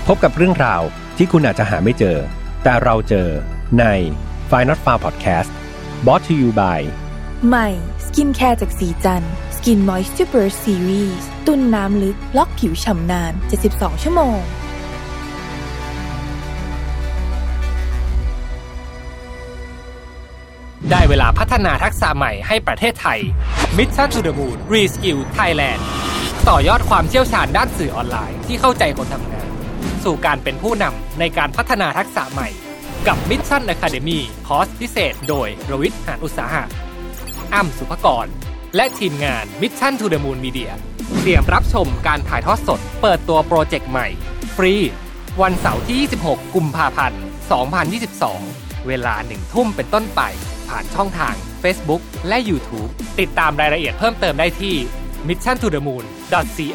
พบกับเรื่องราวที่คุณอาจจะหาไม่เจอแต่เราเจอใน Find Not Found Podcast Brought to you by ใหม่สกินแคร์จากสีจันทร์ Skin Moisture Burst Series ตุ้นน้ำลึกล็อกผิวฉ่ำนาน72ชั่วโมงได้เวลาพัฒนาทักษะใหม่ให้ประเทศไทย Mission to the Moon Reskill Thailand ต่อยอดความเชี่ยวชาญด้านสื่อออนไลน์ที่เข้าใจคนทำงานสู่การเป็นผู้นำในการพัฒนาทักษะใหม่กับ Mission Academy คอร์สพิเศษโดยรวิทย์ หานอุตสาหะอ้ำสุภกรและทีมงาน Mission to the Moon Media เตรียมรับชมการถ่ายทอดสดเปิดตัวโปรเจกต์ใหม่ฟรีวันเสาร์ที่26กุมภาพันธ์2022เวลา 1 ทุ่มเป็นต้นไปผ่านช่องทาง Facebook และ YouTube ติดตามรายละเอียดเพิ่มเติมได้ที่ missiontothemoon.co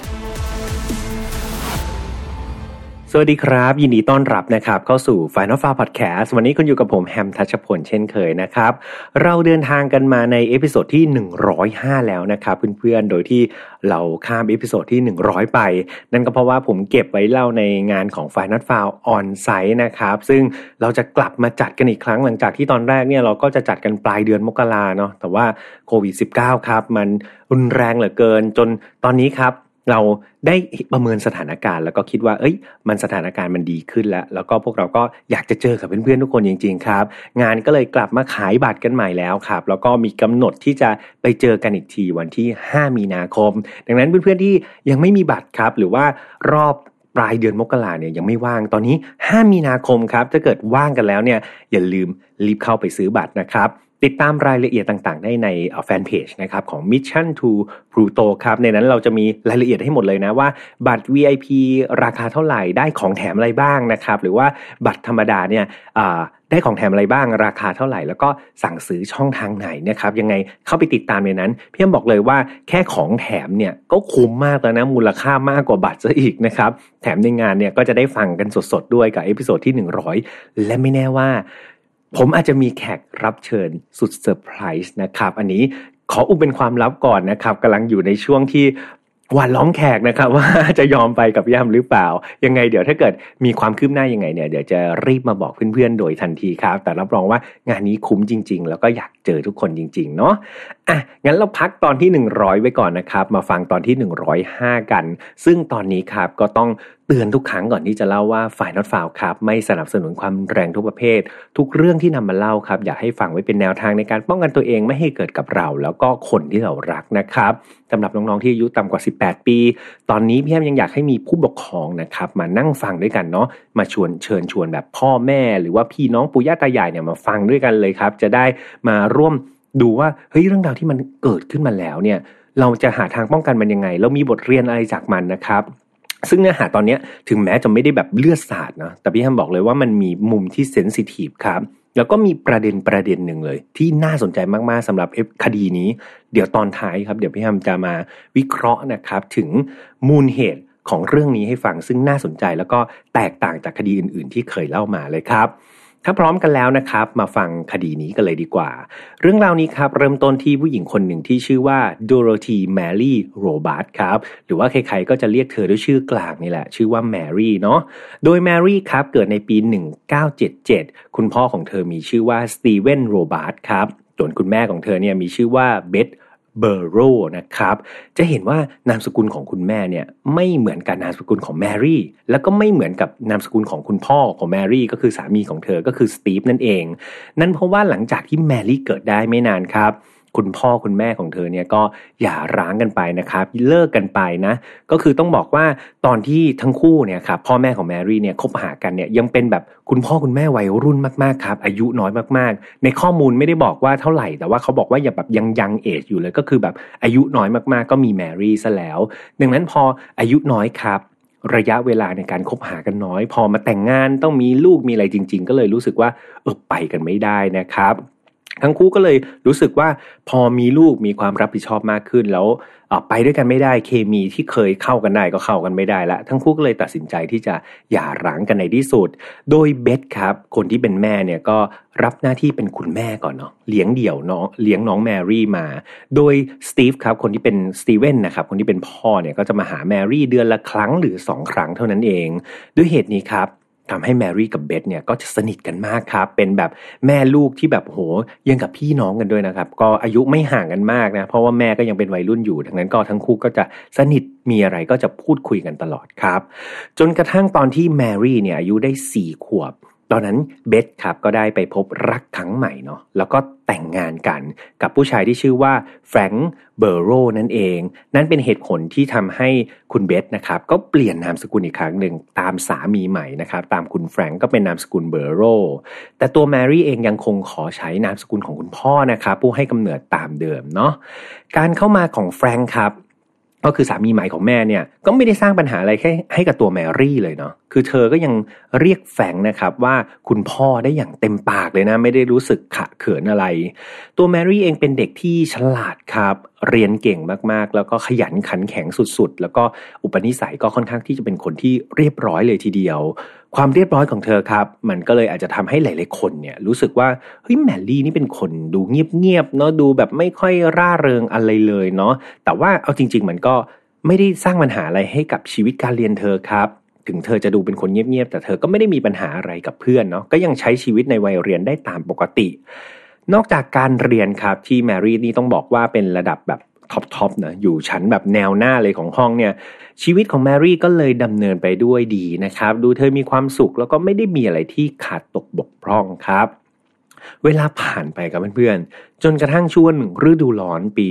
สวัสดีครับยินดีต้อนรับนะครับเข้าสู่ Find Not Found Podcast วันนี้คุณอยู่กับผมแฮมทัชพลเช่นเคยนะครับเราเดินทางกันมาในเอพิโซดที่105แล้วนะครับเพื่อนๆโดยที่เราข้ามเอพิโซดที่100ไปนั่นก็เพราะว่าผมเก็บไว้เล่าในงานของ Find Not Found On Site นะครับซึ่งเราจะกลับมาจัดกันอีกครั้งหลังจากที่ตอนแรกเนี่ยเราก็จะจัดกันปลายเดือนมกราเนาะแต่ว่าโควิด -19 ครับมันรุนแรงเหลือเกินจนตอนนี้ครับเราได้ประเมินสถานการณ์แล้วก็คิดว่ามันสถานการณ์มันดีขึ้นแล้วก็พวกเราก็อยากจะเจอกับเพื่อนๆทุกคนจริงๆครับงานก็เลยกลับมาขายบัตรกันใหม่แล้วครับแล้วก็มีกำหนดที่จะไปเจอกันอีกทีวันที่5มีนาคมดังนั้นเพื่อนๆที่ยังไม่มีบัตรครับหรือว่ารอบปลายเดือนมกราเนี่ยยังไม่ว่างตอนนี้5มีนาคมครับถ้าเกิดว่างกันแล้วเนี่ยอย่าลืมรีบเข้าไปซื้อบัตรนะครับติดตามรายละเอียดต่างๆได้ในแฟนเพจนะครับของ Mission to Pluto ครับในนั้นเราจะมีรายละเอียดให้หมดเลยนะว่าบัตร VIP ราคาเท่าไหร่ได้ของแถมอะไรบ้างนะครับหรือว่าบัตรธรรมดาเนี่ยได้ของแถมอะไรบ้างราคาเท่าไหร่แล้วก็สั่งซื้อช่องทางไหนนะครับยังไงเข้าไปติดตามในนั้นพี่บอกเลยว่าแค่ของแถมเนี่ยก็คุ้มมากแล้วนะมูลค่ามากกว่าบัตรซะอีกนะครับแถมในงานเนี่ยก็จะได้ฟังกันสดๆด้วยกับเอพิโซดที่100และไม่แน่ว่าผมอาจจะมีแขกรับเชิญสุดเซอร์ไพรส์นะครับอันนี้ขออุบเป็นความลับก่อนนะครับกำลังอยู่ในช่วงที่หวานล้อมแขกนะครับว่าจะยอมไปกับย่ำหรือเปล่ายังไงเดี๋ยวถ้าเกิดมีความคืบหน้ายังไงเนี่ยเดี๋ยวจะรีบมาบอกเพื่อนๆโดยทันทีครับแต่รับรองว่างานนี้คุ้มจริงๆแล้วก็อยากเจอทุกคนจริงๆเนาะงั้นเราพักตอนที่100ไว้ก่อนนะครับมาฟังตอนที่105กันซึ่งตอนนี้ครับก็ต้องเตือนทุกครั้งก่อนที่จะเล่าว่า Find Not Found ครับไม่สนับสนุนความแรงทุกประเภททุกเรื่องที่นำมาเล่าครับอยากให้ฟังไว้เป็นแนวทางในการป้องกันตัวเองไม่ให้เกิดกับเราแล้วก็คนที่เรารักนะครับสำหรับน้องๆที่อายุต่ำกว่า18ปีตอนนี้พี่แอมยังอยากให้มีผู้ปกครองนะครับมานั่งฟังด้วยกันเนาะมาเชิญชวนแบบพ่อแม่หรือว่าพี่น้องปู่ย่าตายายเนี่ยมาฟังด้วยกันเลยครับจะได้มาร่วมดูว่าเรื่องราวที่มันเกิดขึ้นมาแล้วเนี่ยเราจะหาทางป้องกันมันยังไงเรามีบทเรียนอะไรจากมันนะครับซึ่งเนื้อหาตอนนี้ถึงแม้จะไม่ได้แบบเลือดสาดนะแต่พี่แฮมบอกเลยว่ามันมีมุมที่เซนซิทีฟครับแล้วก็มีประเด็นหนึ่งเลยที่น่าสนใจมากๆสำหรับคดีนี้เดี๋ยวตอนท้ายครับเดี๋ยวพี่แฮมจะมาวิเคราะห์นะครับถึงมูลเหตุของเรื่องนี้ให้ฟังซึ่งน่าสนใจแล้วก็แตกต่างจากคดีอื่นๆที่เคยเล่ามาเลยครับถ้าพร้อมกันแล้วนะครับมาฟังคดีนี้กันเลยดีกว่าเรื่องราวนี้ครับเริ่มต้นที่ผู้หญิงคนหนึ่งที่ชื่อว่าโดโรธีแมรี่โรบัร์ตครับหรือว่าใครๆก็จะเรียกเธอด้วยชื่อกลางนี่แหละชื่อว่าแมรี่เนาะโดยแมรี่ครับเกิดในปี1977คุณพ่อของเธอมีชื่อว่าสตีเวนโรบัร์ตครับส่วนคุณแม่ของเธอเนี่ยมีชื่อว่าเบธเบอร์โรนะครับจะเห็นว่านามสกุลของคุณแม่เนี่ยไม่เหมือนกับนามสกุลของแมรี่แล้วก็ไม่เหมือนกับนามสกุลของคุณพ่อของแมรี่ก็คือสามีของเธอก็คือสตีฟนั่นเองนั่นเพราะว่าหลังจากที่แมรี่เกิดได้ไม่นานครับคุณพ่อคุณแม่ของเธอเนี่ยก็หย่าร้างกันไปนะครับเลิกกันไปนะก็คือต้องบอกว่าตอนที่ทั้งคู่เนี่ยครับพ่อแม่ของแมรี่เนี่ยคบหากันเนี่ยยังเป็นแบบคุณพ่อคุณแม่วัยรุ่นมากๆครับอายุน้อยมากๆในข้อมูลไม่ได้บอกว่าเท่าไหร่แต่ว่าเขาบอกว่าอย่าแบบยังเอจอยู่เลยก็คือแบบอายุน้อยมากๆก็มีแมรี่ซะแล้วดังนั้นพออายุน้อยครับระยะเวลาในการคบหากันน้อยพอมาแต่งงานต้องมีลูกมีอะไรจริงๆก็เลยรู้สึกว่าไปกันไม่ได้นะครับทั้งคู่ก็เลยรู้สึกว่าพอมีลูกมีความรับผิดชอบมากขึ้นแล้วไปด้วยกันไม่ได้เคมีที่เคยเข้ากันได้ก็เข้ากันไม่ได้ละทั้งคู่ก็เลยตัดสินใจที่จะหย่าร้างกันในที่สุดโดยเบธครับคนที่เป็นแม่เนี่ยก็รับหน้าที่เป็นคุณแม่ก่อนเนาะเลี้ยงน้องแมรี่มาโดยสตีฟครับคนที่เป็นสตีเว่นนะครับคนที่เป็นพ่อเนี่ยก็จะมาหาแมรี่เดือนละครั้งหรือ2 ครั้งเท่านั้นเองด้วยเหตุนี้ครับทำให้แมรี่กับเบธเนี่ยก็จะสนิทกันมากครับเป็นแบบแม่ลูกที่แบบโหยังกับพี่น้องกันด้วยนะครับก็อายุไม่ห่างกันมากนะเพราะว่าแม่ก็ยังเป็นวัยรุ่นอยู่ดังนั้นก็ทั้งคู่ก็จะสนิทมีอะไรก็จะพูดคุยกันตลอดครับจนกระทั่งตอนที่แมรี่เนี่ยอายุได้4 ขวบตอนนั้นเบธครับก็ได้ไปพบรักครั้งใหม่เนาะแล้วก็แต่งงานกันกับผู้ชายที่ชื่อว่าแฟรงค์เบอร์โรนั่นเองนั่นเป็นเหตุผลที่ทำให้คุณเบธนะครับก็เปลี่ยนนามสกุลอีกครั้งหนึ่งตามสามีใหม่นะครับตามคุณแฟรงค์ก็เป็นนามสกุลเบอร์โรแต่ตัวแมรี่เองยังคงขอใช้นามสกุลของคุณพ่อนะครับผู้ให้กำเนิดตามเดิมเนาะการเข้ามาของแฟรงค์ครับก็คือสามีใหม่ของแม่เนี่ยก็ไม่ได้สร้างปัญหาอะไรแค่ให้กับตัวแมรี่เลยเนาะคือเธอก็ยังเรียกแฟรงค์นะครับว่าคุณพ่อได้อย่างเต็มปากเลยนะไม่ได้รู้สึกขะเขินอะไรตัวแมรี่เองเป็นเด็กที่ฉลาดครับเรียนเก่งมากๆแล้วก็ขยันขันแข็งสุดๆแล้วก็อุปนิสัยก็ค่อนข้างที่จะเป็นคนที่เรียบร้อยเลยทีเดียวความเรียบร้อยของเธอครับมันก็เลยอาจจะทำให้หลายๆคนเนี่ยรู้สึกว่าเฮ้ยแมรี่นี่เป็นคนดูเงียบๆเนาะดูแบบไม่ค่อยร่าเริงอะไรเลยเนาะแต่ว่าเอาจริงๆมันก็ไม่ได้สร้างปัญหาอะไรให้กับชีวิตการเรียนเธอครับถึงเธอจะดูเป็นคนเงียบๆแต่เธอก็ไม่ได้มีปัญหาอะไรกับเพื่อนเนาะก็ยังใช้ชีวิตในวัยเรียนได้ตามปกตินอกจากการเรียนครับที่แมรี่นี่ต้องบอกว่าเป็นระดับแบบท็อปนะอยู่ชั้นแบบแนวหน้าเลยของห้องเนี่ยชีวิตของแมรี่ก็เลยดำเนินไปด้วยดีนะครับดูเธอมีความสุขแล้วก็ไม่ได้มีอะไรที่ขาดตกบกพร่องครับเวลาผ่านไปกับเพื่อนๆจนกระทั่งช่วงฤดูร้อนปี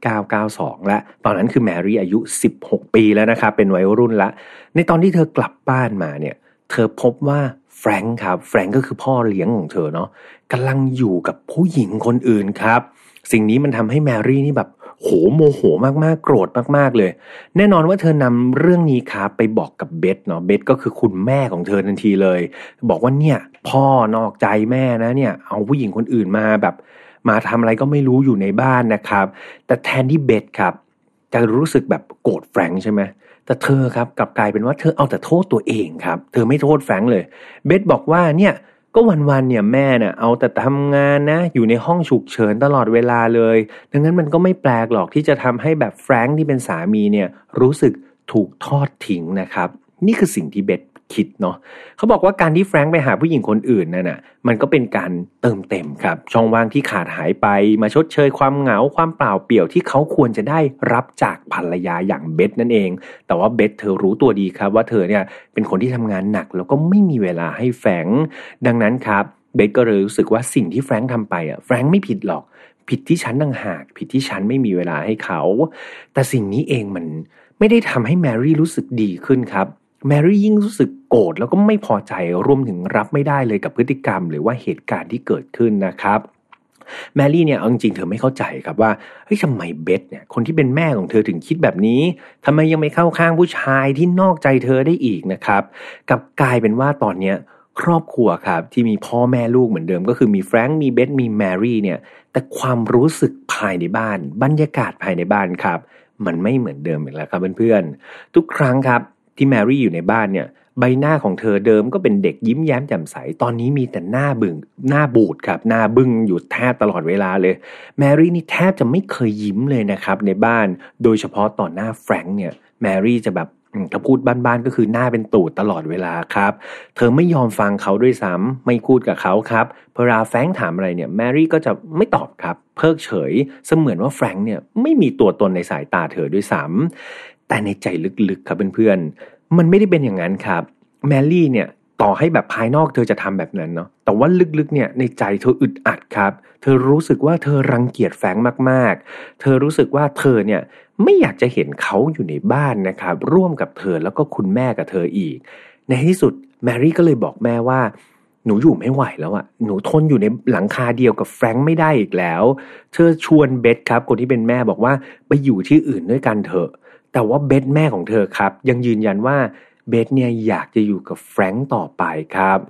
1992และตอนนั้นคือแมรี่อายุ16 ปีแล้วนะครับเป็นวัยรุ่นละในตอนที่เธอกลับบ้านมาเนี่ยเธอพบว่าแฟรงค์ครับแฟรงค์ก็คือพ่อเลี้ยงของเธอเนาะกำลังอยู่กับผู้หญิงคนอื่นครับสิ่งนี้มันทำให้แมรี่นี่แบบโหโมโหมากๆโกรธมากๆเลยแน่นอนว่าเธอนำเรื่องนี้ครับไปบอกกับเบธเนาะเบธก็คือคุณแม่ของเธอทันทีเลยบอกว่าเนี่ยพ่อนอกใจแม่นะเนี่ยเอาผู้หญิงคนอื่นมาแบบมาทำอะไรก็ไม่รู้อยู่ในบ้านนะครับแต่แทนที่เบธครับจะรู้สึกแบบโกรธแฟรงค์ใช่ไหมแต่เธอครับกลับกลายเป็นว่าเธอเอาแต่โทษตัวเองครับเธอไม่โทษแฟรงค์เลยเบธบอกว่าเนี่ยก็วันๆเนี่ยแม่เนี่ยเอาแต่ทำงานนะอยู่ในห้องฉุกเฉินตลอดเวลาเลยดังนั้นมันก็ไม่แปลกหรอกที่จะทำให้แบบแฟรงค์ที่เป็นสามีเนี่ยรู้สึกถูกทอดทิ้งนะครับนี่คือสิ่งที่เบธคิดเนาะเขาบอกว่าการที่แฟรงค์ไปหาผู้หญิงคนอื่นนั่นน่ะมันก็เป็นการเติมเต็มครับช่องว่างที่ขาดหายไปมาชดเชยความเหงาความเปล่าเปลี่ยวที่เขาควรจะได้รับจากภรรยาอย่างเบธนั่นเองแต่ว่าเบธเธอรู้ตัวดีครับว่าเธอเนี่ยเป็นคนที่ทำงานหนักแล้วก็ไม่มีเวลาให้แฟรงค์ดังนั้นครับเบธก็เลยรู้สึกว่าสิ่งที่แฟรงค์ทำไปแฟรงค์ไม่ผิดหรอกผิดที่ฉันต่างหากผิดที่ฉันไม่มีเวลาให้เขาแต่สิ่งนี้เองมันไม่ได้ทำให้แมรี่รู้สึกดีขึ้นครับแมรี่ยิ่งรู้สึกโกรธแล้วก็ไม่พอใจรวมถึงรับไม่ได้เลยกับพฤติกรรมหรือว่าเหตุการณ์ที่เกิดขึ้นนะครับแมรี่เนี่ยเอาจริงๆเธอไม่เข้าใจครับว่าเฮ้ยทำไมเบธเนี่ยคนที่เป็นแม่ของเธอถึงคิดแบบนี้ทำไมยังไม่เข้าข้างผู้ชายที่นอกใจเธอได้อีกนะครับกลับกลายเป็นว่าตอนเนี้ยครอบครัวครับที่มีพ่อแม่ลูกเหมือนเดิมก็คือมีแฟรงค์มีเบธมีแมรี่เนี่ยแต่ความรู้สึกภายในบ้านบรรยากาศภายในบ้านครับมันไม่เหมือนเดิมอีกแล้วครับเพื่อนๆทุกครั้งครับที่แมรี่อยู่ในบ้านเนี่ยใบหน้าของเธอเดิมก็เป็นเด็กยิ้มแย้มแจ่มใสตอนนี้มีแต่หน้าบูดครับหน้าบึ้งอยู่แทบตลอดเวลาเลยแมรี่นี่แทบจะไม่เคยยิ้มเลยนะครับในบ้านโดยเฉพาะต่อหน้าแฟรงค์เนี่ยแมรี่จะแบบถ้าพูดบ้านๆก็คือหน้าเป็นตูดตลอดเวลาครับเธอไม่ยอมฟังเขาด้วยซ้ำไม่พูดกับเขาครับพอแฟรงค์ถามอะไรเนี่ยแมรี่ก็จะไม่ตอบครับเพิกเฉยเสมือนว่าแฟรงค์เนี่ยไม่มีตัวตนในสายตาเธอด้วยซ้ำแต่ในใจลึกๆครับเพื่อนๆมันไม่ได้เป็นอย่างนั้นครับแมรี่เนี่ยต่อให้แบบภายนอกเธอจะทำแบบนั้นเนาะแต่ว่าลึกๆเนี่ยในใจเธออึดอัดครับเธอรู้สึกว่าเธอรังเกียจแฟรงค์มากๆเธอรู้สึกว่าเธอเนี่ยไม่อยากจะเห็นเขาอยู่ในบ้านนะครับร่วมกับเธอแล้วก็คุณแม่กับเธออีกในที่สุดแมรี่ก็เลยบอกแม่ว่าหนูอยู่ไม่ไหวแล้วอ่ะหนูทนอยู่ในหลังคาเดียวกับแฟรงค์ไม่ได้อีกแล้วเธอชวนเบธครับคนที่เป็นแม่บอกว่าไปอยู่ที่อื่นด้วยกันเถอะแต่ว่าเบธแม่ของเธอครับยังยืนยันว่าเบธเนี่ยอยากจะอยู่กับแฟรงค์ต่อไปครับ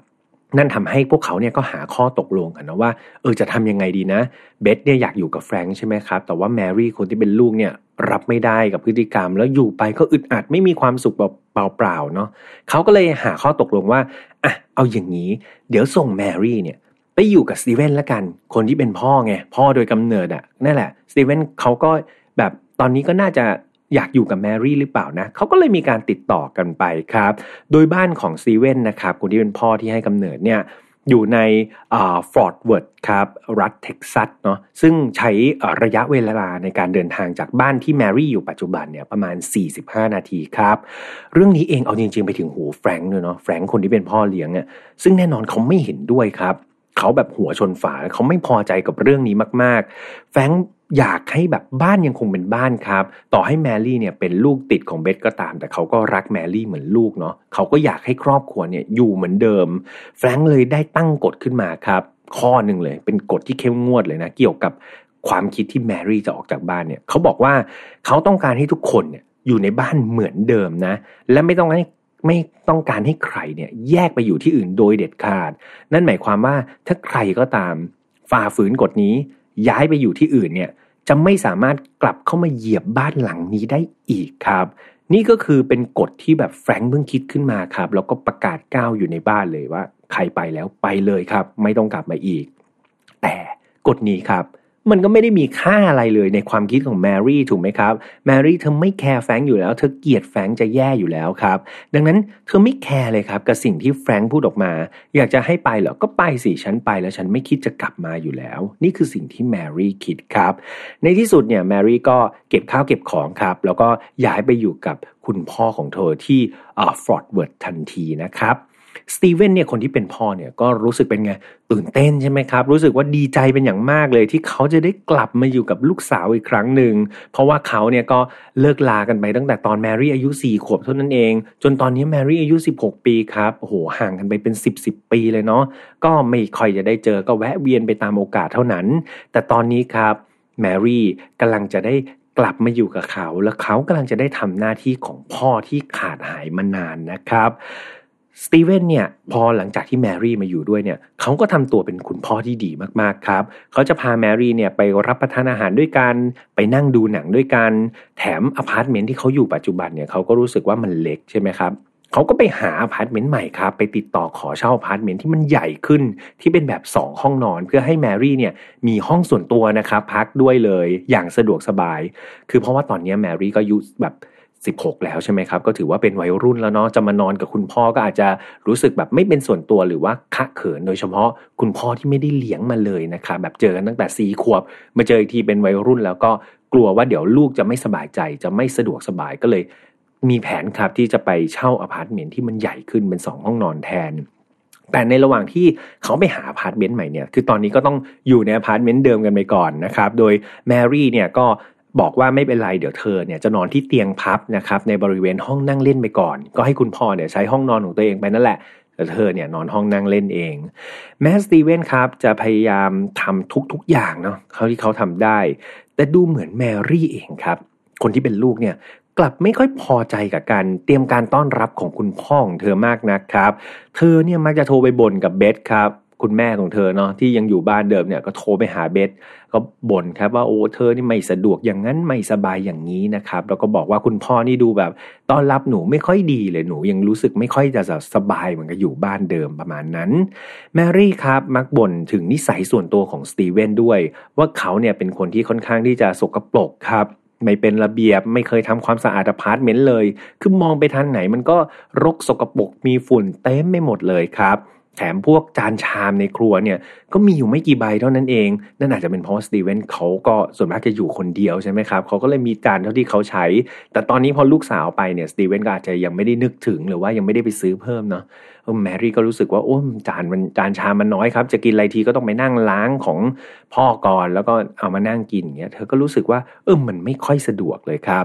นั่นทำให้พวกเขาเนี่ยก็หาข้อตกลงกันนะว่าจะทำยังไงดีนะเบธเนี่ยอยากอยู่กับแฟรงค์ใช่ไหมครับแต่ว่าแมรี่คนที่เป็นลูกเนี่ยรับไม่ได้กับพฤติกรรมแล้วอยู่ไปก็อึดอัดไม่มีความสุขแบบเปล่าๆเนาะเขาก็เลยหาข้อตกลงว่าเอาอย่างนี้เดี๋ยวส่งแมรี่เนี่ยไปอยู่กับสตีเวนละกันคนที่เป็นพ่อไงพ่อโดยกำเนิดนั่นแหละสตีเวนเขาก็แบบตอนนี้ก็น่าจะอยากอยู่กับแมรี่หรือเปล่านะเขาก็เลยมีการติดต่อกันไปครับโดยบ้านของสตีเวนนะครับคนที่เป็นพ่อที่ให้กำเนิดเนี่ยอยู่ในฟอร์ตเวิร์ธครับรัฐเท็กซัสเนาะซึ่งใช้ระยะเวลาในการเดินทางจากบ้านที่แมรี่อยู่ปัจจุบันเนี่ยประมาณ45นาทีครับเรื่องนี้เองเอาจริงๆไปถึงหูแฟรงค์ด้วยเนาะแฟรงค์คนที่เป็นพ่อเลี้ยงเนี่ยซึ่งแน่นอนเขาไม่เห็นด้วยครับเขาแบบหัวชนฝาเขาไม่พอใจกับเรื่องนี้มากๆแฟรงค์อยากให้แบบบ้านยังคงเป็นบ้านครับต่อให้แมรี่เนี่ยเป็นลูกติดของเบธก็ตามแต่เขาก็รักแมรี่เหมือนลูกเนาะเขาก็อยากให้ครอบครัวเนี่ยอยู่เหมือนเดิมแฟรงค์เลยได้ตั้งกฎขึ้นมาครับข้อหนึ่งเลยเป็นกฎที่เข้มงวดเลยนะเกี่ยวกับความคิดที่แมรี่จะออกจากบ้านเนี่ยเขาบอกว่าเขาต้องการให้ทุกคนเนี่ยอยู่ในบ้านเหมือนเดิมนะและไม่ต้องการให้ใครเนี่ยแยกไปอยู่ที่อื่นโดยเด็ดขาดนั่นหมายความว่าถ้าใครก็ตามฝ่าฝืนกฎนี้ย้ายไปอยู่ที่อื่นเนี่ยจะไม่สามารถกลับเข้ามาเหยียบบ้านหลังนี้ได้อีกครับนี่ก็คือเป็นกฎที่แบบแฟรงค์เพิ่งคิดขึ้นมาครับแล้วก็ประกาศก้าวอยู่ในบ้านเลยว่าใครไปแล้วไปเลยครับไม่ต้องกลับมาอีกแต่กฎนี้ครับมันก็ไม่ได้มีค่าอะไรเลยในความคิดของแมรี่ถูกไหมครับแมรี่เธอไม่แคร์แฟรงค์อยู่แล้วเธอเกลียดแฟรงค์จะแย่อยู่แล้วครับดังนั้นเธอไม่แคร์เลยครับกับสิ่งที่แฟรงค์พูดออกมาอยากจะให้ไปเหรอก็ไปสิฉันไปแล้วฉันไม่คิดจะกลับมาอยู่แล้วนี่คือสิ่งที่แมรี่คิดครับในที่สุดเนี่ยแมรี่ก็เก็บข้าวเก็บของครับแล้วก็ย้ายไปอยู่กับคุณพ่อของเธอที่ฟอร์ตเวิร์ธทันทีนะครับสตีเวนเนี่ยคนที่เป็นพ่อเนี่ยก็รู้สึกเป็นไงตื่นเต้นใช่ไหมครับรู้สึกว่าดีใจเป็นอย่างมากเลยที่เขาจะได้กลับมาอยู่กับลูกสาวอีกครั้งหนึ่งเพราะว่าเขาเนี่ยก็เลิกลากันไปตั้งแต่ตอนแมรี่อายุ4 ขวบเท่านั้นเองจนตอนนี้แมรี่อายุ16 ปีครับโอ้โหห่างกันไปเป็น10 ปีเลยเนาะก็ไม่ค่อยจะได้เจอก็แวะเวียนไปตามโอกาสเท่านั้นแต่ตอนนี้ครับแมรี่กำลังจะได้กลับมาอยู่กับเขาและเขากำลังจะได้ทำหน้าที่ของพ่อที่ขาดหายมานานนะครับสตีเวนเนี่ยพอหลังจากที่แมรี่มาอยู่ด้วยเนี่ยเขาก็ทำตัวเป็นคุณพ่อที่ดีมากๆครับเขาจะพาแมรี่เนี่ยไปรับประทานอาหารด้วยกันไปนั่งดูหนังด้วยกันแถมอพาร์ตเมนต์ที่เขาอยู่ปัจจุบันเนี่ยเขาก็รู้สึกว่ามันเล็กใช่ไหมครับเขาก็ไปหาอพาร์ตเมนต์ใหม่ครับไปติดต่อขอเช่าอพาร์ตเมนต์ที่มันใหญ่ขึ้นที่เป็นแบบ2 ห้องนอนเพื่อให้แมรี่เนี่ยมีห้องส่วนตัวนะครับพักด้วยเลยอย่างสะดวกสบายคือเพราะว่าตอนนี้แมรี่ก็อายุแบบ16แล้วใช่ไหมครับก็ถือว่าเป็นวัยรุ่นแล้วเนาะจะมานอนกับคุณพ่อก็อาจจะรู้สึกแบบไม่เป็นส่วนตัวหรือว่าคะเขินโดยเฉพาะคุณพ่อที่ไม่ได้เลี้ยงมาเลยนะครับแบบเจอกันตั้งแต่4 ขวบมาเจออีกทีเป็นวัยรุ่นแล้วก็กลัวว่าเดี๋ยวลูกจะไม่สบายใจจะไม่สะดวกสบายก็เลยมีแผนครับที่จะไปเช่าอพาร์ตเมนต์ที่มันใหญ่ขึ้นเป็น2 ห้องนอนแทนแต่ในระหว่างที่เขาไปหาอพาร์ตเมนต์ใหม่เนี่ยคือตอนนี้ก็ต้องอยู่ในอพาร์ตเมนต์เดิมกันไปก่อนนะครับโดยแมรี่เนี่ยก็บอกว่าไม่เป็นไรเดี๋ยวเธอเนี่ยจะนอนที่เตียงพับนะครับในบริเวณห้องนั่งเล่นไปก่อนก็ให้คุณพ่อเนี่ยใช้ห้องนอนของตัวเองไปนั่นแหละแต่เธอเนี่ยนอนห้องนั่งเล่นเองแม้สตีเวนครับจะพยายามทำทุกอย่างเนาะที่เขาทำได้แต่ดูเหมือนแมรี่เองครับคนที่เป็นลูกเนี่ยกลับไม่ค่อยพอใจกับการเตรียมการต้อนรับของคุณพ่อของเธอมากนักครับเธอเนี่ยมักจะโทรไปบ่นกับเบธครับคุณแม่ของเธอเนาะที่ยังอยู่บ้านเดิมเนี่ยก็โทรไปหาเบธก็บ่นครับว่าโอ้เธอนี่ไม่สะดวกอย่างนั้นไม่สบายอย่างนี้นะครับแล้วก็บอกว่าคุณพ่อนี่ดูแบบต้อนรับหนูไม่ค่อยดีเลยหนูยังรู้สึกไม่ค่อยจะสบายเหมือนกับอยู่บ้านเดิมประมาณนั้นแมรี่ครับมักบ่นถึงนิสัยส่วนตัวของสตีเวนด้วยว่าเขาเนี่ยเป็นคนที่ค่อนข้างที่จะสกปรกครับไม่เป็นระเบียบไม่เคยทำความสะอาดอพาร์ตเมนต์เลยคือมองไปทางไหนมันก็รกสกปรกมีฝุ่นเต็มไม่หมดเลยครับแถมพวกจานชามในครัวเนี่ยก็มีอยู่ไม่กี่ใบเท่านั้นเองนั่นอาจจะเป็นเพราะสตีเวนเขาก็ส่วนมากจะอยู่คนเดียวใช่ไหมครับเขาก็เลยมีจานเท่าที่เขาใช้แต่ตอนนี้พอลูกสาวไปเนี่ยสตีเวนก็อาจจะยังไม่ได้นึกถึงหรือว่ายังไม่ได้ไปซื้อเพิ่มเนาะแมรี่ก็รู้สึกว่าโอ้จานชามมันน้อยครับจะกินอะไรทีก็ต้องไปนั่งล้างของพ่อก่อนแล้วก็เอามานั่งกินอย่างเงี้ยเธอก็รู้สึกว่ามันไม่ค่อยสะดวกเลยครับ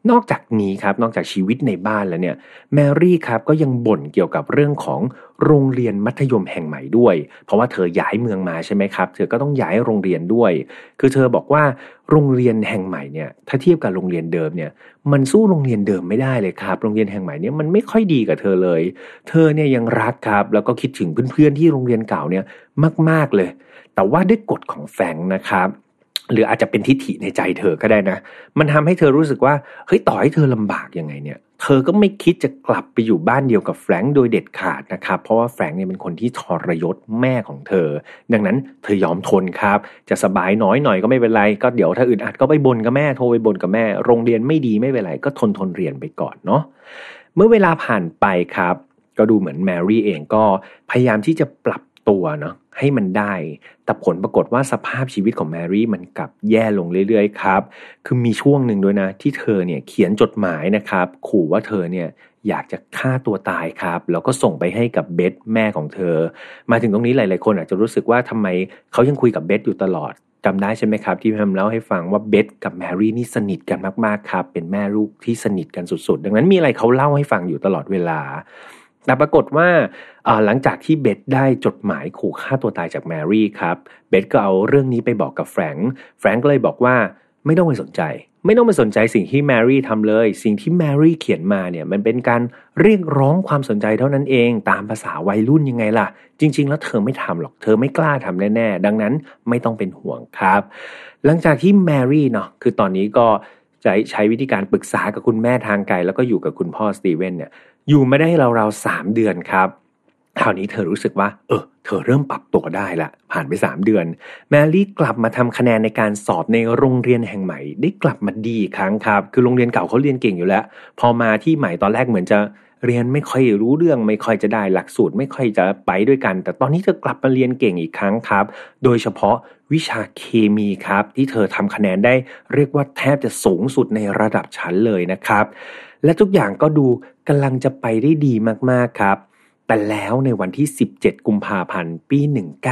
นอกจากนี้ครับนอกจากชีวิตในบ้านแล้วเนี่ยแมรี่ครับก็ยังบ่นเกี่ยวกับเรื่องของโรงเรียนมัธยมแห่งใหม่ด้วยเพราะว่าเธอย้ายเมืองมาใช่ไหมครับเธอก็ต้องย้ายโรงเรียนด้วยคือเธอบอกว่าโรงเรียนแห่งใหม่เนี่ยถ้าเทียบกับโรงเรียนเดิมเนี่ยมันสู้โรงเรียนเดิมไม่ได้เลยครับโรงเรียนแห่งใหม่เนี่ยมันไม่ค่อยดีกับเธอเลยเธอเนี่ยยังรักครับแล้วก็คิดถึงเพื่อนๆที่โรงเรียนเก่าเนี่ยมากๆเลยแต่ว่าด้วยกฎของแฟรงค์นะครับหรืออาจจะเป็นทิฐิในใจเธอก็ได้นะมันทำให้เธอรู้สึกว่าเฮ้ยต่อให้เธอลำบากยังไงเนี่ยเธอก็ไม่คิดจะกลับไปอยู่บ้านเดียวกับแฟรงค์โดยเด็ดขาดนะครับเพราะว่าแฟรงค์เนี่ยเป็นคนที่ทรยศแม่ของเธอดังนั้นเธอยอมทนครับจะสบายน้อยหน่อยก็ไม่เป็นไรก็เดี๋ยวถ้าอึดอัดก็ไปบ่นกับแม่โทรไปบ่นกับแม่โรงเรียนไม่ดีไม่เป็นไรก็ทนเรียนไปก่อนเนาะเมื่อเวลาผ่านไปครับก็ดูเหมือนแมรี่เองก็พยายามที่จะปรับตัวเนาะให้มันได้แต่ผลปรากฏว่าสภาพชีวิตของแมรี่มันกลับแย่ลงเรื่อยๆครับคือมีช่วงหนึ่งด้วยนะที่เธอเนี่ยเขียนจดหมายนะครับขู่ว่าเธอเนี่ยอยากจะฆ่าตัวตายครับแล้วก็ส่งไปให้กับเบธแม่ของเธอมาถึงตรงนี้หลายๆคนอาจจะรู้สึกว่าทำไมเขายังคุยกับเบธอยู่ตลอดจำได้ใช่ไหมครับที่แฮมเล่าให้ฟังว่าเบธกับแมรี่นี่สนิทกันมากๆครับเป็นแม่ลูกที่สนิทกันสุดๆดังนั้นมีอะไรเขาเล่าให้ฟังอยู่ตลอดเวลาแต่ปรากฏว่าหลังจากที่เบธได้จดหมายขู่ฆ่าตัวตายจากแมรี่ครับเบธก็เอาเรื่องนี้ไปบอกกับแฟรงค์ก็เลยบอกว่าไม่ต้องไปสนใจสิ่งที่แมรี่ทำเลยสิ่งที่แมรี่เขียนมาเนี่ยมันเป็นการเรียกร้องความสนใจเท่านั้นเองตามภาษาวัยรุ่นยังไงล่ะจริงๆแล้วเธอไม่ทำหรอกเธอไม่กล้าทำแน่ๆดังนั้นไม่ต้องเป็นห่วงครับหลังจากที่แมรี่เนาะคือตอนนี้ก็จะใช้วิธีการปรึกษากับคุณแม่ทางไกลแล้วก็อยู่กับคุณพ่อสตีเวนเนี่ยอยู่มาได้ราวๆ3 เดือนครับคราวนี้เธอรู้สึกว่าเธอเริ่มปรับตัวได้ละผ่านไป3 เดือนแมรี่กลับมาทำคะแนนในการสอบในโรงเรียนแห่งใหม่ได้กลับมาดีอีกครั้งครับคือโรงเรียนเก่าเขาเรียนเก่งอยู่แล้วพอมาที่ใหม่ตอนแรกเหมือนจะเรียนไม่ค่อยรู้เรื่องไม่ค่อยจะได้หลักสูตรไม่ค่อยจะไปด้วยกันแต่ตอนนี้เธอกลับมาเรียนเก่งอีกครั้งครับโดยเฉพาะวิชาเคมีครับที่เธอทำคะแนนได้เรียกว่าแทบจะสูงสุดในระดับชั้นเลยนะครับและทุกอย่างก็ดูกำลังจะไปได้ดีมากๆครับแต่แล้วในวันที่17 กุมภาพันธ์ปี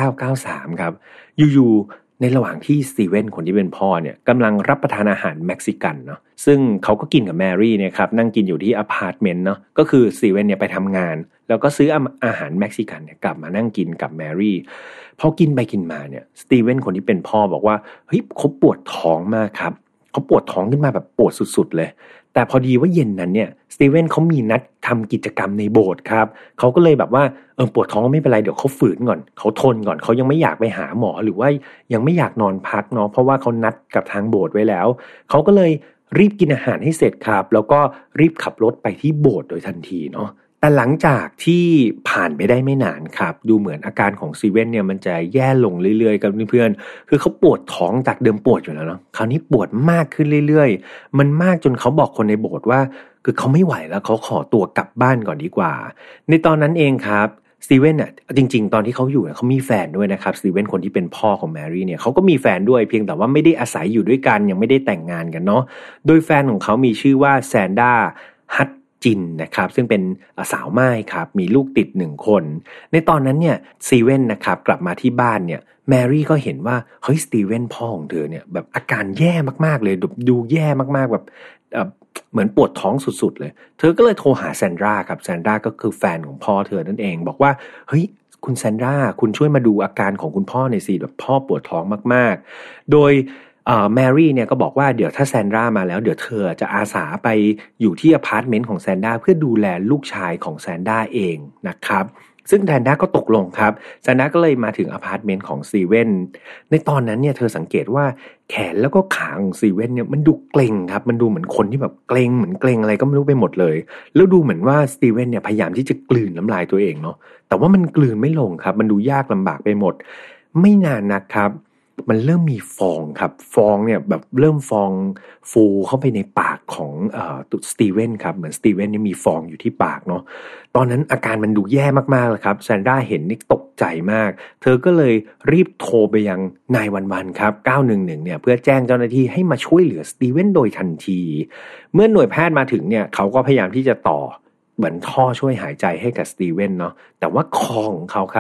1993ครับอยู่ๆในระหว่างที่สตีเวนคนที่เป็นพ่อเนี่ยกำลังรับประทานอาหารเม็กซิกันเนาะซึ่งเขาก็กินกับแมรี่เนี่ยครับนั่งกินอยู่ที่อพาร์ตเมนต์เนาะก็คือสตีเวนเนี่ยไปทำงานแล้วก็ซื้ออาหารเม็กซิกันเนี่ยกลับมานั่งกินกับแมรี่พอกินไปกินมาเนี่ยสตีเวนคนที่เป็นพ่อบอกว่าเฮ้ยเขาปวดท้องมากครับเขาปวดท้องขึ้นมาแบบปวดสุดๆเลยแต่พอดีว่าเย็นนั้นเนี่ยสตีเวนเขามีนัดทำกิจกรรมในโบสถ์ครับเขาก็เลยแบบว่าปวดท้องไม่เป็นไรเดี๋ยวเขาฝืนก่อนเขาทนก่อนเขายังไม่อยากไปหาหมอหรือว่ายังไม่อยากนอนพักเนาะเพราะว่าเขานัดกับทางโบสถ์ไว้แล้วเขาก็เลยรีบกินอาหารให้เสร็จครับแล้วก็รีบขับรถไปที่โบสถ์โดยทันทีเนาะแต่หลังจากที่ผ่านไปได้ไม่นานครับดูเหมือนอาการของสตีเวนเนี่ยมันจะแย่ลงเรื่อยๆกับเพื่อนๆคือเขาปวดท้องจากเดิมปวดอยู่แล้วเนาะคราวนี้ปวดมากขึ้นเรื่อยๆมันมากจนเขาบอกคนในโบสถ์ว่าคือเขาไม่ไหวแล้วเขาขอตัวกลับบ้านก่อนดีกว่าในตอนนั้นเองครับสตีเวนเนี่ยจริงๆตอนที่เขาอยู่เขามีแฟนด้วยนะครับสตีเวนคนที่เป็นพ่อของแมรี่เนี่ยเขาก็มีแฟนด้วยเพียงแต่ว่าไม่ได้อาศัยอยู่ด้วยกันยังไม่ได้แต่งงานกันเนาะโดยแฟนของเขามีชื่อว่าแซนด้าฮัตจินนะครับซึ่งเป็นสาวม่ายครับมีลูกติด1 คนในตอนนั้นเนี่ยสตีเวนนะครับกลับมาที่บ้านเนี่ยแมรี่ก็เห็นว่าเฮ้ยสตีเวนพ่อของเธอเนี่ยแบบอาการแย่มากๆเลยดูแย่มากๆแบบเหมือนปวดท้องสุดๆเลยเธอก็เลยโทรหาแซนดราครับแซนดราก็คือแฟนของพ่อเธอนั่นเองบอกว่าเฮ้ยคุณแซนดราคุณช่วยมาดูอาการของคุณพ่อหน่อยสิแบบพ่อปวดท้องมากๆโดยแมรี่เนี่ยก็บอกว่าเดี๋ยวถ้าแซนดรามาแล้วเดี๋ยวเธอจะอาสาไปอยู่ที่อพาร์ตเมนต์ของแซนดราเพื่อดูแลลูกชายของแซนดราเองนะครับซึ่งแซนดราก็ตกลงครับแซนดราก็เลยมาถึงอพาร์ตเมนต์ของสตีเวนในตอนนั้นเนี่ยเธอสังเกตว่าแขนแล้วก็ขาของสตีเวนเนี่ยมันดูเกร็งครับมันดูเหมือนคนที่แบบเกร็งเหมือนเกร็งอะไรก็ไม่รู้ไปหมดเลยแล้วดูเหมือนว่าสตีเวนเนี่ยพยายามที่จะกลืนน้ำลายตัวเองเนาะแต่ว่ามันกลืนไม่ลงครับมันดูยากลำบากไปหมดไม่นานนักครับมันเริ่มมีฟองครับฟองเนี่ยแบบเริ่มฟองฟูเข้าไปในปากของสตีเวนครับเหมือนสตีเวนเนี่ยมีฟองอยู่ที่ปากเนาะตอนนั้นอาการมันดูแย่มากๆเลยครับแซนดราเห็นนี่ตกใจมากเธอก็เลยรีบโทรไปยัง911ครับ911เนี่ยเพื่อแจ้งเจ้าหน้าที่ให้มาช่วยเหลือสตีเวนโดยทันทีเมื่อหน่วยแพทย์มาถึงเนี่ยเขาก็พยายามที่จะต่อเหมือนท่อช่วยหายใจให้กับสตีเวนเนาะแต่ว่าคอของเขาครับ